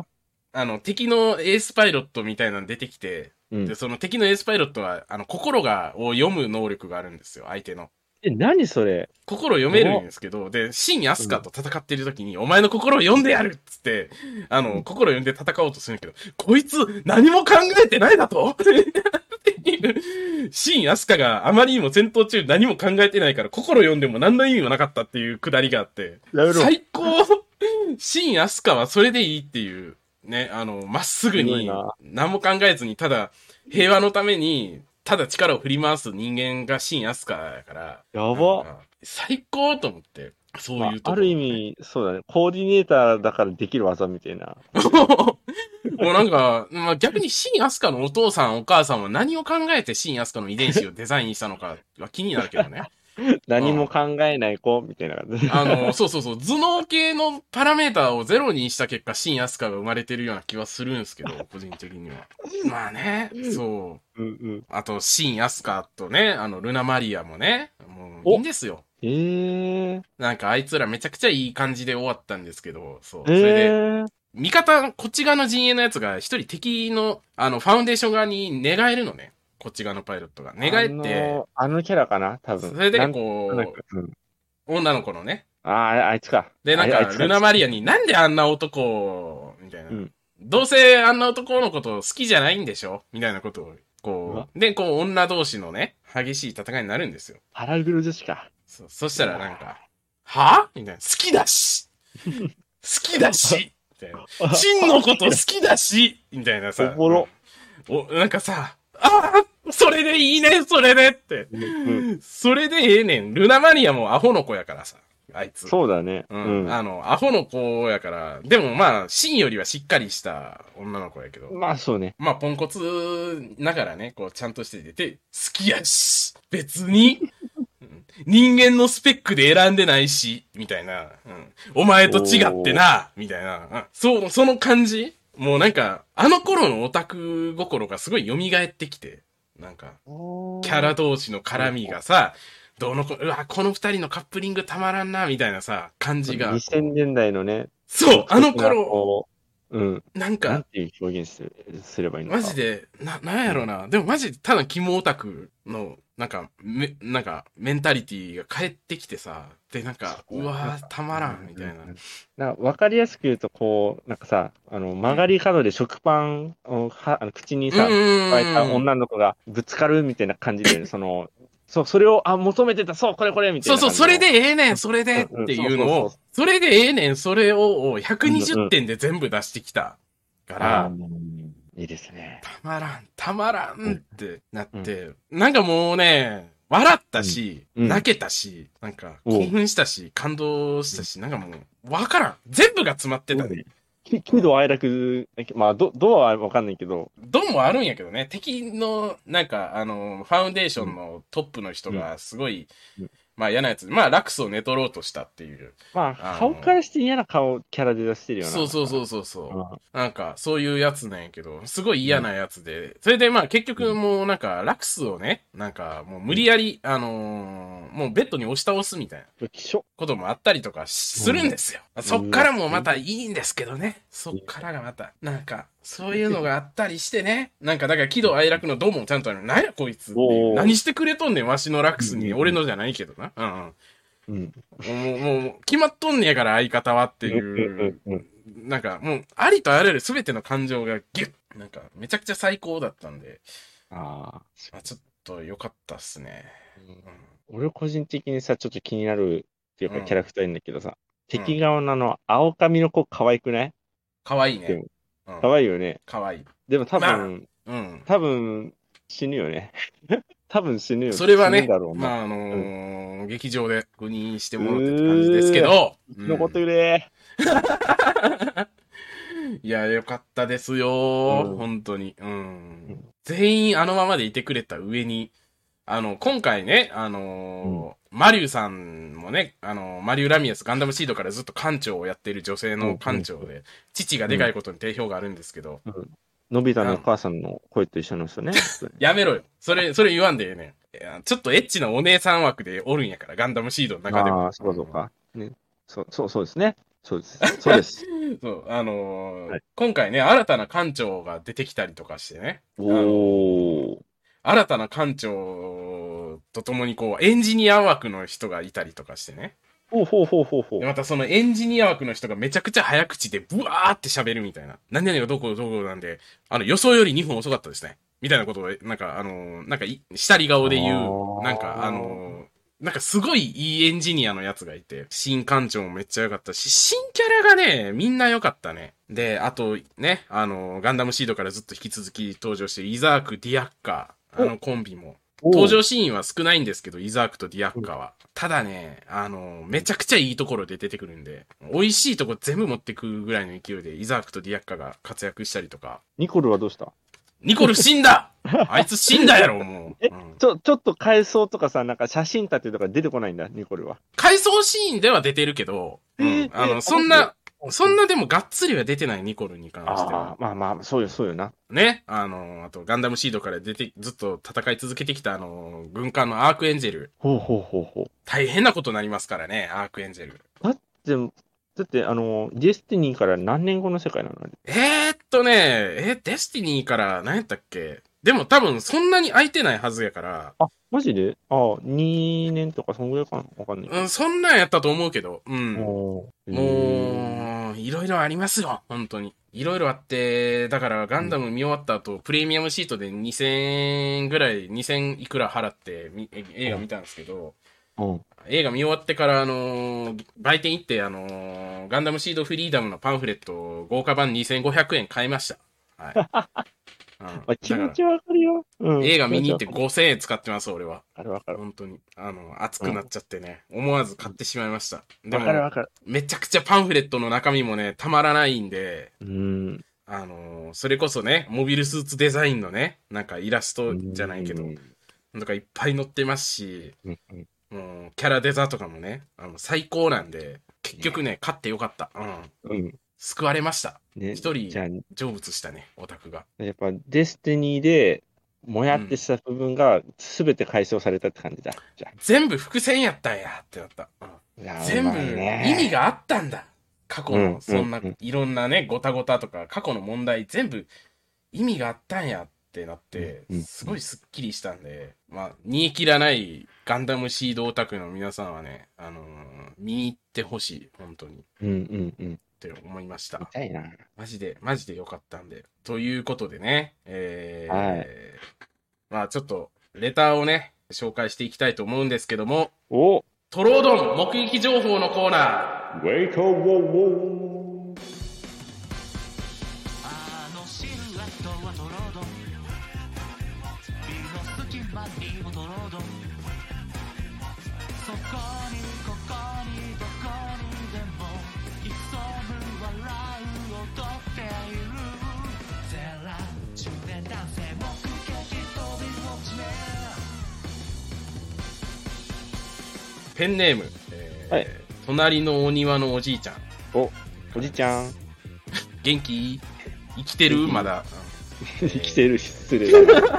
あの、敵のエースパイロットみたいなの出てきて、 うんで、その敵のエースパイロットは、あの、心が、を読む能力があるんですよ、相手の。 え、何それ？ 心を読めるんですけど、で、新アスカと戦っている時に、お前の心を読んでやるっつって、あの、 うん心を読んで戦おうとするんだけど、こいつ、何も考えてないだとっていう、新アスカがあまりにも戦闘中何も考えてないから、心読んでも何の意味もなかったっていうくだりがあって、 やめろ。 最高新アスカはそれでいいっていう、ね、あの、まっすぐにすごいな、 何も考えずに、ただ、平和のために、ただ力を振り回す人間が新アスカやから、 やなんば。 か最高と思って、そうまあ、 いうところ、 ある意味、そうだね。コーディネーターだからできる技みたいな。 もうなんか、まあ、逆に新アスカのお父さんお母さんは何を考えて新アスカの遺伝子をデザインしたのかは気になるけどね。 何も考えない子みたいな感じ。 あの、そうそうそう、頭脳系のパラメーターをゼロにした結果、新アスカが生まれてるような気はするんですけど、個人的には。まあね、そう。 うんうん。 あと、新アスカとね、あの、ルナマリアもね、もういいんですよ。 えー。 なんかあいつらめちゃくちゃいい感じで終わったんですけど、そう。そえれで、 ー。 味方、こっち側の陣営のやつが一人敵の、あの、ファウンデーション側に寝返るのね。こっち側のパイロットが。寝返って、 あの、あのキャラかな多分。 それでなんなんこかうん、 う、女の子のね。 ああ、あいつか。 で、なんか、 あいつかルナマリアになんであんな男、みたいな。 うん。 どうせあんな男のこと好きじゃないんでしょみたいなことを、 うこわう。で、こう、女同士のね、激しい戦いになるんですよ。 腹黒女子か。 そ、そしたらなんか、はみたいな。好きだし好きだしみたいな。真のこと好きだしみたいなさ。 おもろ。 お、なんかさ、ああそれでいいねそれでって。 うん、 それでええねん。ルナマリアもアホの子やからさ。あいつ。 そうだね。 う。 うんん。 あの、アホの子やから。でもまあ、シンよりはしっかりした女の子やけど。 まあ、そうね。 まあ、ポンコツながらね、こう、ちゃんとしてて、好きやし、別に、うん人間のスペックで選んでないし、みたいな。うん、お前と違ってな、みたいな。うんそう、その感じもうなんか、あの頃のオタク心がすごい蘇ってきて、なんか、キャラ同士の絡みがさ、どうのこ、うわ、この二人のカップリングたまらんな、みたいなさ、感じが。 にせんねんだいのね。 そう、あの独特な頃、 こううん。 なんなんか、 ていう表現するすればいいのか。 マジで、な、なんやろな。でもマジで、ただキモオタクの、なんか、め、なんか、メンタリティが返ってきてさ、で、なんか、うわー、たまらん、みたいな。 なんか分かりやすく言うと、こう、なんかさ、あの、曲がり角で食パンをはあの口にさ、 うんうん加えたうんうん。 女の子がぶつかるみたいな感じで、その、そう、それを、あ、求めてた、そう、これこれ、みたそうそう、 いな感じの。 それでええねん、それでっうんうんていうそうそうそのを、それでええねん、それを120 うんうん点で全部出してきたかあら、 あ、いいですね。 たまらん、たまらんってなって、なんかもうね、笑ったし、 うんうん泣けたし、なんかおう興奮したし、感動したし、なんかもう、わからん。全部が詰まってたね。 き喜怒哀楽、まあ、ど、どうはわかんないけど、 どうもあるんやけどね、敵の、なんか、あの、ファウンデーションのトップの人がすごい、 うんまあ嫌なやつ、まあラクスを寝取ろうとしたっていう。 まあ、 あの顔からして嫌な顔、キャラで出してるような。 そうそうそうそうそう。 うなんか、そういうやつなんやけど、すごい嫌なやつで、それでまあ結局もうなんか、ラクスをね、なんかもう無理やり、あのーもうベッドに押し倒すみたいな。 ん。気象。 こともあったりとかするんですよ。 んそっからもまたいいんですけどね。そっからがまた、なんか、そういうのがあったりしてね。なんか、だから喜怒哀楽のどうもちゃんとある。なんやこいつっていう。 おー何してくれとんねん、わしのラクスに。 うんうん俺のじゃないけどな。うんうん。 うん。もう、もう、決まっとんねやから相方はっていう。 うんうんなんか、もう、ありとあらゆる全ての感情がギュッ。なんか、めちゃくちゃ最高だったんで。 ああ。 あ、ちょっと良かったっすね。 俺個人的にさ、ちょっと気になるっていうかうんキャラクターいるんだけどさ、 うん敵側のあの、青髪の子可愛くないかわいいね。 でもうん。 可愛いよね。 かわいい。 でも多分、 うん。 多分、死ぬよね。多分死ぬよ。 それはね死ぬだろ、うな。 まあ、あのー劇場で確認してもらってって感じですけど、うん残ってくれ。 いや、よかったですよ、 うん本当に、うん。全員あのままでいてくれた上に、あの、今回ね、あのーマリュウさんもね、あのーマリュウ・ラミエス、ガンダムシードからずっと館長をやっている女性の館長で、父がでかいことに定評があるんですけど、 のび太のお母さんの声と一緒の人ね。 やめろよ。それ、それ言わんでええねん。いやちょっとエッチなお姉さん枠でおるんやから、ガンダムシードの中でも。 ああ、そうそうか。ね。そう、そう、そうですね。 そうです。そうです。 そう、あのーはい、 今回ね、新たな館長が出てきたりとかしてね。あのおー。 ー新たな館長とともにこう、エンジニア枠の人がいたりとかしてね。 ほうほうほうほうほう。 で、またそのエンジニア枠の人がめちゃくちゃ早口でブワーって喋るみたいな。何々がどこどこなんで、あの予想よりにふん遅かったですね。みたいなことを、なんかあのーなんかい、下り顔で言う、なんかあのーなんかすごいいいエンジニアのやつがいて、新館長もめっちゃ良かったし、新キャラがね、みんな良かったね。で、あとね、あのーガンダムシードからずっと引き続き登場してるイザーク・ディアッカー、あのコンビも。登場シーンは少ないんですけど、イザークとディアッカーは。ただね、あの、めちゃくちゃいいところで出てくるんで、美味しいとこ全部持ってくぐらいの勢いで、イザークとディアッカーが活躍したりとか。 ニコルはどうした？ ニコル死んだあいつ死んだやろ、もう。 え、 うん、 ちょ、ちょっと回想とかさ、なんか写真立てとか出てこないんだ、ニコルは。 回想シーンでは出てるけど、うん、あの、そんな、そんなでもがっつりは出てないニコルに関しては。 ああ、まあまあ、そうよ、そうよな。 ね。あの、あと、ガンダムシードから出て、ずっと戦い続けてきたあの、軍艦のアークエンジェル。 ほうほうほうほう。 大変なことになりますからね、アークエンジェル。 だって、だって、あの、ディスティニーから何年後の世界なの？ えーっとね、え、デスティニーから何やったっけ？でも多分そんなに空いてないはずやから。 あ、マジで？ああ、にねんとかそんぐらいかな？わかんない。 うん、そんなんやったと思うけど。うん。 もう、いろいろありますよ。本当に。いろいろあって、だからガンダム見終わった後、うん、プレミアムシートでにせんえんぐらい、にせんいくら払って映画見たんですけど、うん、映画見終わってから、あのー、売店行って、あのー、ガンダムシードフリーダムのパンフレット、豪華版にせんごひゃくえん買いました。はい。 うんまあ、気持ちはわかるよ、 うん。映画見に行ってごせんえん使ってます、俺は。 あれわかる。 本当に。あの、熱くなっちゃってね。うん、思わず買ってしまいました。でも、 わかるわかる。 めちゃくちゃパンフレットの中身もね、たまらないんで、 うん。 あのー、それこそね、モビルスーツデザインのね、なんかイラストじゃないけど、なんかいっぱい載ってますし、うんうんもうキャラデザとかもね、あの最高なんで、結局ね、買ってよかった。うん。うん。救われました。ね、一人、成仏したね、オタクが。 やっぱ、デスティニーで、もやってした部分が、すべて解消されたって感じだ。じゃあ全部伏線やったんやってなった。うん、全部、意味があったんだ。過去の、そんな、いろんなね、ごたごたとか、過去の問題、全部、意味があったんやってなって、すごいスッキリしたんで、まあ、煮え切らないガンダムシードオタクの皆さんはね、あのー、見に行ってほしい、本当に。 うんうんうん。 って思いました。 痛いな。 マジで、マジでよかったんで。ということでね、えー、はい、まあちょっと、レターをね、紹介していきたいと思うんですけども、 おトロードン目撃情報のコーナー。 ウェイトウォーウォーペンネーム、えーはい、隣のお庭のおじいちゃん。 お、おじいちゃん。 元気？生きてる？まだ。 生きてる、失礼だな。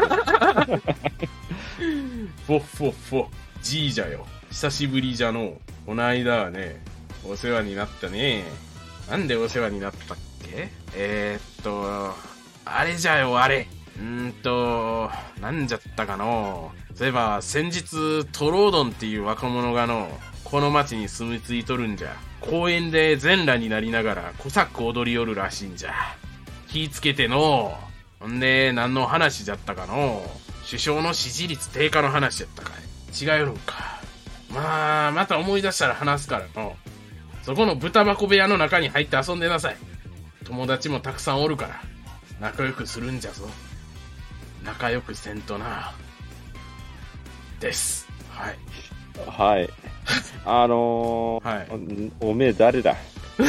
フォッフォッフォ、じいじゃよ。久しぶりじゃのう。この間はね、お世話になったね。なんでお世話になったっけ？えー、っと、あれじゃよ、あれ。うーんと、なんじゃったかのう。そういえば、先日、トロードンっていう若者がの、この町に住み着いとるんじゃ。公園で全裸になりながら、コサック踊りよるらしいんじゃ。気ぃつけてのう。ほんで、何の話じゃったかのう。首相の支持率低下の話やったかい。違うよるんか。まあ、また思い出したら話すからの。そこの豚箱部屋の中に入って遊んでなさい。友達もたくさんおるから、仲良くするんじゃぞ。仲良くせんとな。です。はい。 はい。あのー、はい、お, おめえ誰だ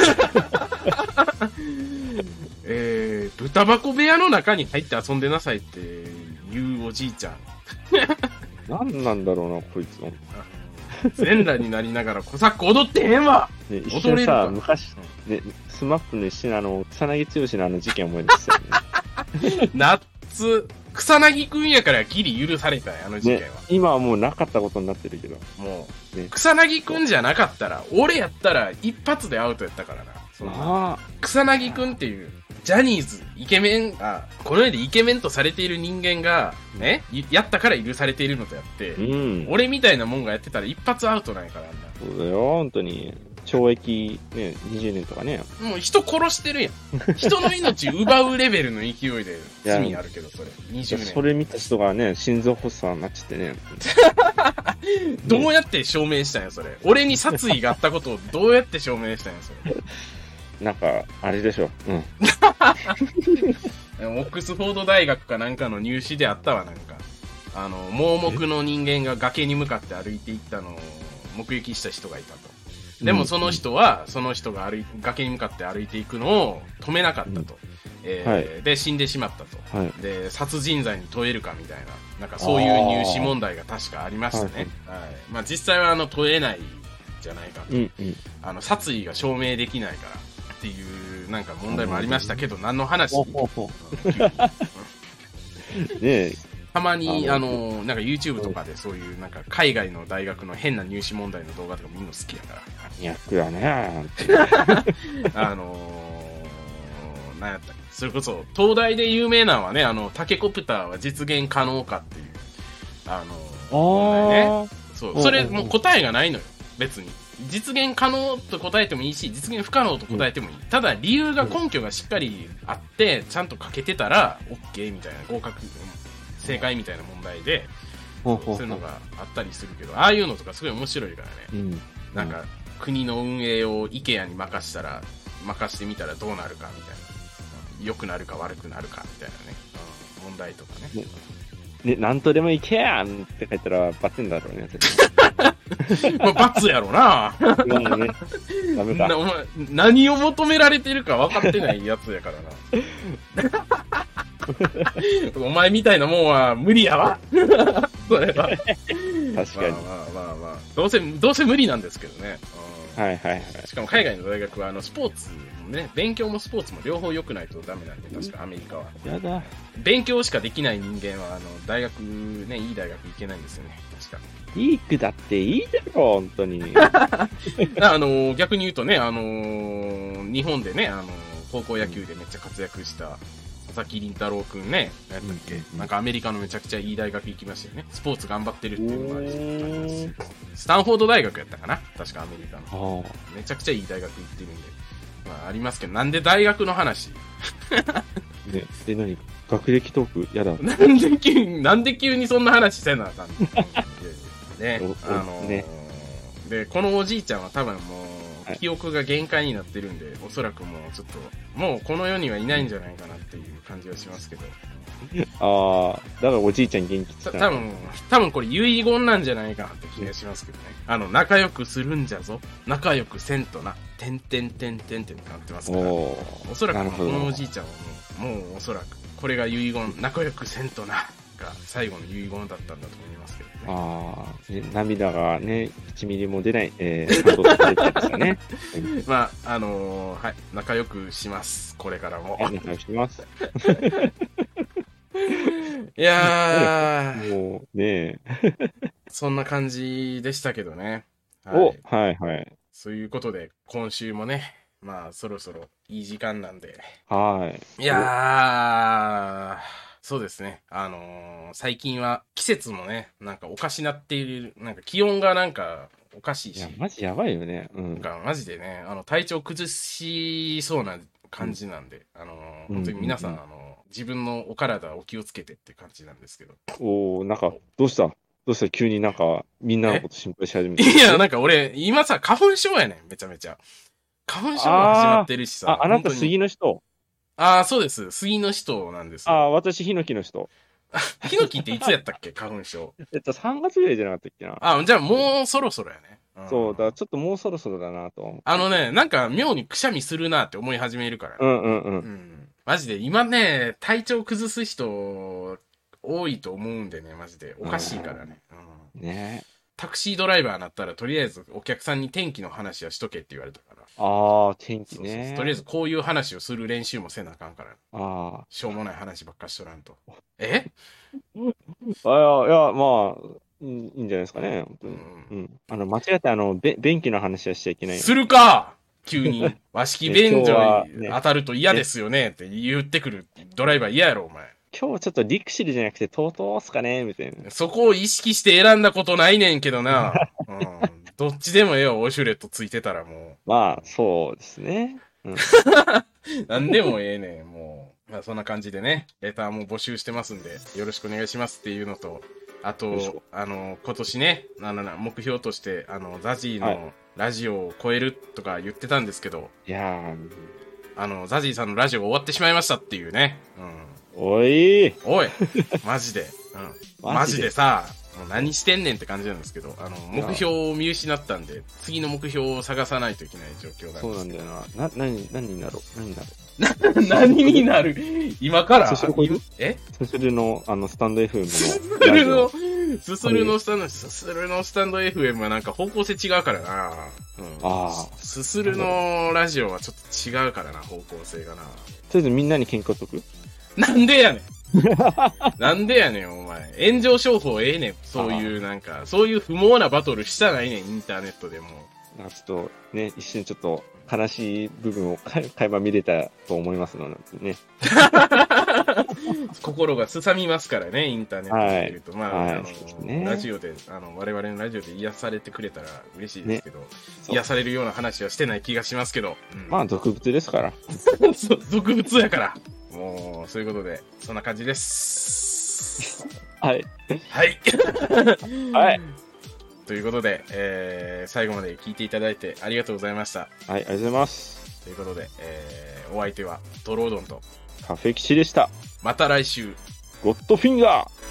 えー、豚箱部屋の中に入って遊んでなさいって言うおじいちゃん。 何なんだろうな、こいつの。 全裸になりながらコサック踊ってへんわ、 ね、一瞬さ、昔、ね、スマップの一瞬あの、草薙剛のあの事件思い出したよね。 夏、 草薙くんやからギリ許されたんや、あの事件は。 ね、今はもうなかったことになってるけど。 もう、 ね、 草薙くんじゃなかったら、俺やったら一発でアウトやったからな。その草薙くんっていう、ジャニーズ、イケメン、あ、この世でイケメンとされている人間が、ね、やったから許されているのとやって、うん、俺みたいなもんがやってたら一発アウトなんやから、あんな。 そうだよ、本当に。懲役ね、にじゅうねんとかね。 もう人殺してるやん。人の命奪うレベルの勢いで罪あるけど、それ。にじゅうねん。 それ見た人がね、心臓発作になっちゃってね。 どうやって証明したんや、それ。俺に殺意があったことをどうやって証明したんや、それ。 なんか、あれでしょ。うん。 オックスフォード大学かなんかの入試であったわ、なんか。あの、盲目の人間が崖に向かって歩いていったのを目撃した人がいたと。でもその人は、その人が歩い崖に向かって歩いていくのを止めなかったと。うん、えーはい、で、死んでしまったと、はい。で、殺人罪に問えるかみたいな、なんかそういう入試問題が確かありましたね。はい、はい。まあ実際はあの問えないじゃないかと。うんうん、あの、殺意が証明できないからっていうなんか問題もありましたけど、何の話ねえ。たまに、あの、なんか YouTube とかでそういう、なんか海外の大学の変な入試問題の動画とか見るの好きやから。 役やねあのー、なんやったっけ、それこそ、東大で有名なのはね、あの、タケコプターは実現可能かっていう、あのー、問題ね。そう。それ、もう答えがないのよ。別に。実現可能と答えてもいいし、実現不可能と答えてもいい。ただ、理由が根拠がしっかりあって、ちゃんと書けてたら、OK みたいな、合格。正解みたいな問題で、そういうのがあったりするけど、ああいうのとかすごい面白いからね。うん、なんか、国の運営を IKEA に任したら、任してみたらどうなるかみたいな。良くなるか悪くなるかみたいなね。うん、問題とかね。 ね、なんとでも IKEA って書いたらバツんだろうね。 まあ、罰やろな。うんね、ダメだなお前何を求められてるか分かってないやつやからな。お前みたいなもんは無理やわ。それは。確かに。まあまあまあまあ。どうせ、どうせ無理なんですけどね。 うん、はいはいはい。 しかも海外の大学は、あの、スポーツもね、勉強もスポーツも両方良くないとダメなんで、確かアメリカは。 やだ。 勉強しかできない人間は、あの、大学ね、いい大学行けないんですよね。確か。 いい句だっていいだろ、本当に。 あの、逆に言うとね、あの、日本でね、あの、高校野球でめっちゃ活躍した、佐々木麟太郎くんね、何やったっけ、うん、なんかアメリカのめちゃくちゃいい大学行きましたよね。スポーツ頑張ってるっていうのもあります。スタンフォード大学やったかな、確かアメリカの。めちゃくちゃいい大学行ってるんで。まあありますけど、なんで大学の話ね、で、何学歴トークやだ。 なんで急に、なんで急にそんな話せなあかんのね、あのー、ね。で、このおじいちゃんは多分もう、記憶が限界になってるんで、おそらくもうちょっと、もうこの世にはいないんじゃないかなっていう感じはしますけど。 ああ、だからおじいちゃん元気ってた多分、多分これ遺言なんじゃないかなって気がしますけどね。あの、仲良くするんじゃぞ。仲良くせんとな。てんてんてんてんってなってますから。お, おそらくこのおじいちゃんはもう、もうおそらく、これが遺言、仲良くせんとな。が最後の遺言だったんだと思いますけどね。 ああ、ね、涙がね、いちミリも出ない、えー、感動されてましたね。 まあ、あのー、はい、仲良くします。これからも。 はい、仲良くします。 いやー、 もうねそんな感じでしたけどね。 はい、お、はいはい。 そういうことで、今週もね、まあ、そろそろいい時間なんで。 はい。 いやー、そうですね。あのー、最近は季節もね、なんかおかしなっている、なんか気温がなんかおかしいし。いや、 マジやばいよね。 うん。なんかマジでね、あの、体調崩しそうな感じなんで、うん、あのー、本当に皆さん、うんうんうん、あのー、自分のお体お気をつけてって感じなんですけど。 おー、なんか、どうしたどうした急になんか、みんなのこと心配し始めて。 いや、なんか俺、今さ、花粉症やねん、めちゃめちゃ。花粉症が始まってるしさ。 あ、あなた杉の人ああ、そうです。杉の人なんですよ。 ああ、私、ヒノキの人。 ヒノキっていつやったっけ花粉症。 えっと、さんがつぐらいじゃなかったっけな。 あ、じゃあもうそろそろやね。 うん、そう、だからちょっともうそろそろだなと思う。 あのね、なんか妙にくしゃみするなって思い始めるから、ね。 うんうんうん。 うん。マジで、今ね、体調崩す人多いと思うんでね、マジで。おかしいからね。うん、 ねタクシードライバーになったら、とりあえずお客さんに天気の話はしとけって言われたから。 ああ、天気そうそうね。 そうとりあえずこういう話をする練習もせなあかんから。 ああ。 しょうもない話ばっかしとらんと。えあ、いや、いや、まあ、いいいいんじゃないですかね、本当に。 うん。 うん。あの、間違って、あの、べ便器の話はしちゃいけないよ。 するか急に。和式便所今日はにね当たると嫌ですよねって言ってくるドライバー嫌やろ、お前。 今日はちょっとリクシルじゃなくて、トートーっすかねみたいな。 そこを意識して選んだことないねんけどな。うん。どっちでもええよ、ウォシュレットついてたらもまあ、そうですね。うん。 う。なんでもええねん、もう。まあそんな感じでね、レターも募集してますんで、よろしくお願いしますっていうのと、あよろしくと、あの、今年ね、あの、目標として、あの、ザジーはいのラジオを超えるとか言ってたんですけど、 いやー、 あの、ザジーさんのラジオが終わってしまいましたっていうね。うん。 おいおいマジで。うん。ママジでジでさ、もう何してんねんって感じなんですけど、あの、目標を見失ったんで、次の目標を探さないといけない状況なんです。 そうなんだよな。な、何、何になろう何になろう何になる今からそしてこれえすするの、あの、スタンド エフエム の。 すするの、すするのスタンド、すするのスタンド エフエム はなんか方向性違うからな。うん。 ああ。 すするのラジオはちょっと違うからな、方向性がな。 とりあえずみんなに喧嘩解くなんでやねんなんでやねん、お前。炎上商法ええねん。そういうなんか、そういう不毛なバトルしたないねん、インターネットでも。 なんかちょっとね、一瞬ちょっと悲しい部分をか垣間見れたと思いますのでね。 心がすさみますからね、インターネットで言うと。まあ、 はいあの、 そうですねラジオで、あの、我々のラジオで癒されてくれたら嬉しいですけど、 そう癒されるような話はしてない気がしますけど。うんまあ、俗物ですから。 そう俗物やから。もう、そういうことで、そんな感じです。 はい。 はい。 はい。 ということで、えー、最後まで聞いていただいてありがとうございました。 はい、ありがとうございます。 ということで、えー、お相手はドロードンと、 カフェ騎士でした。 また来週。 ゴッドフィンガー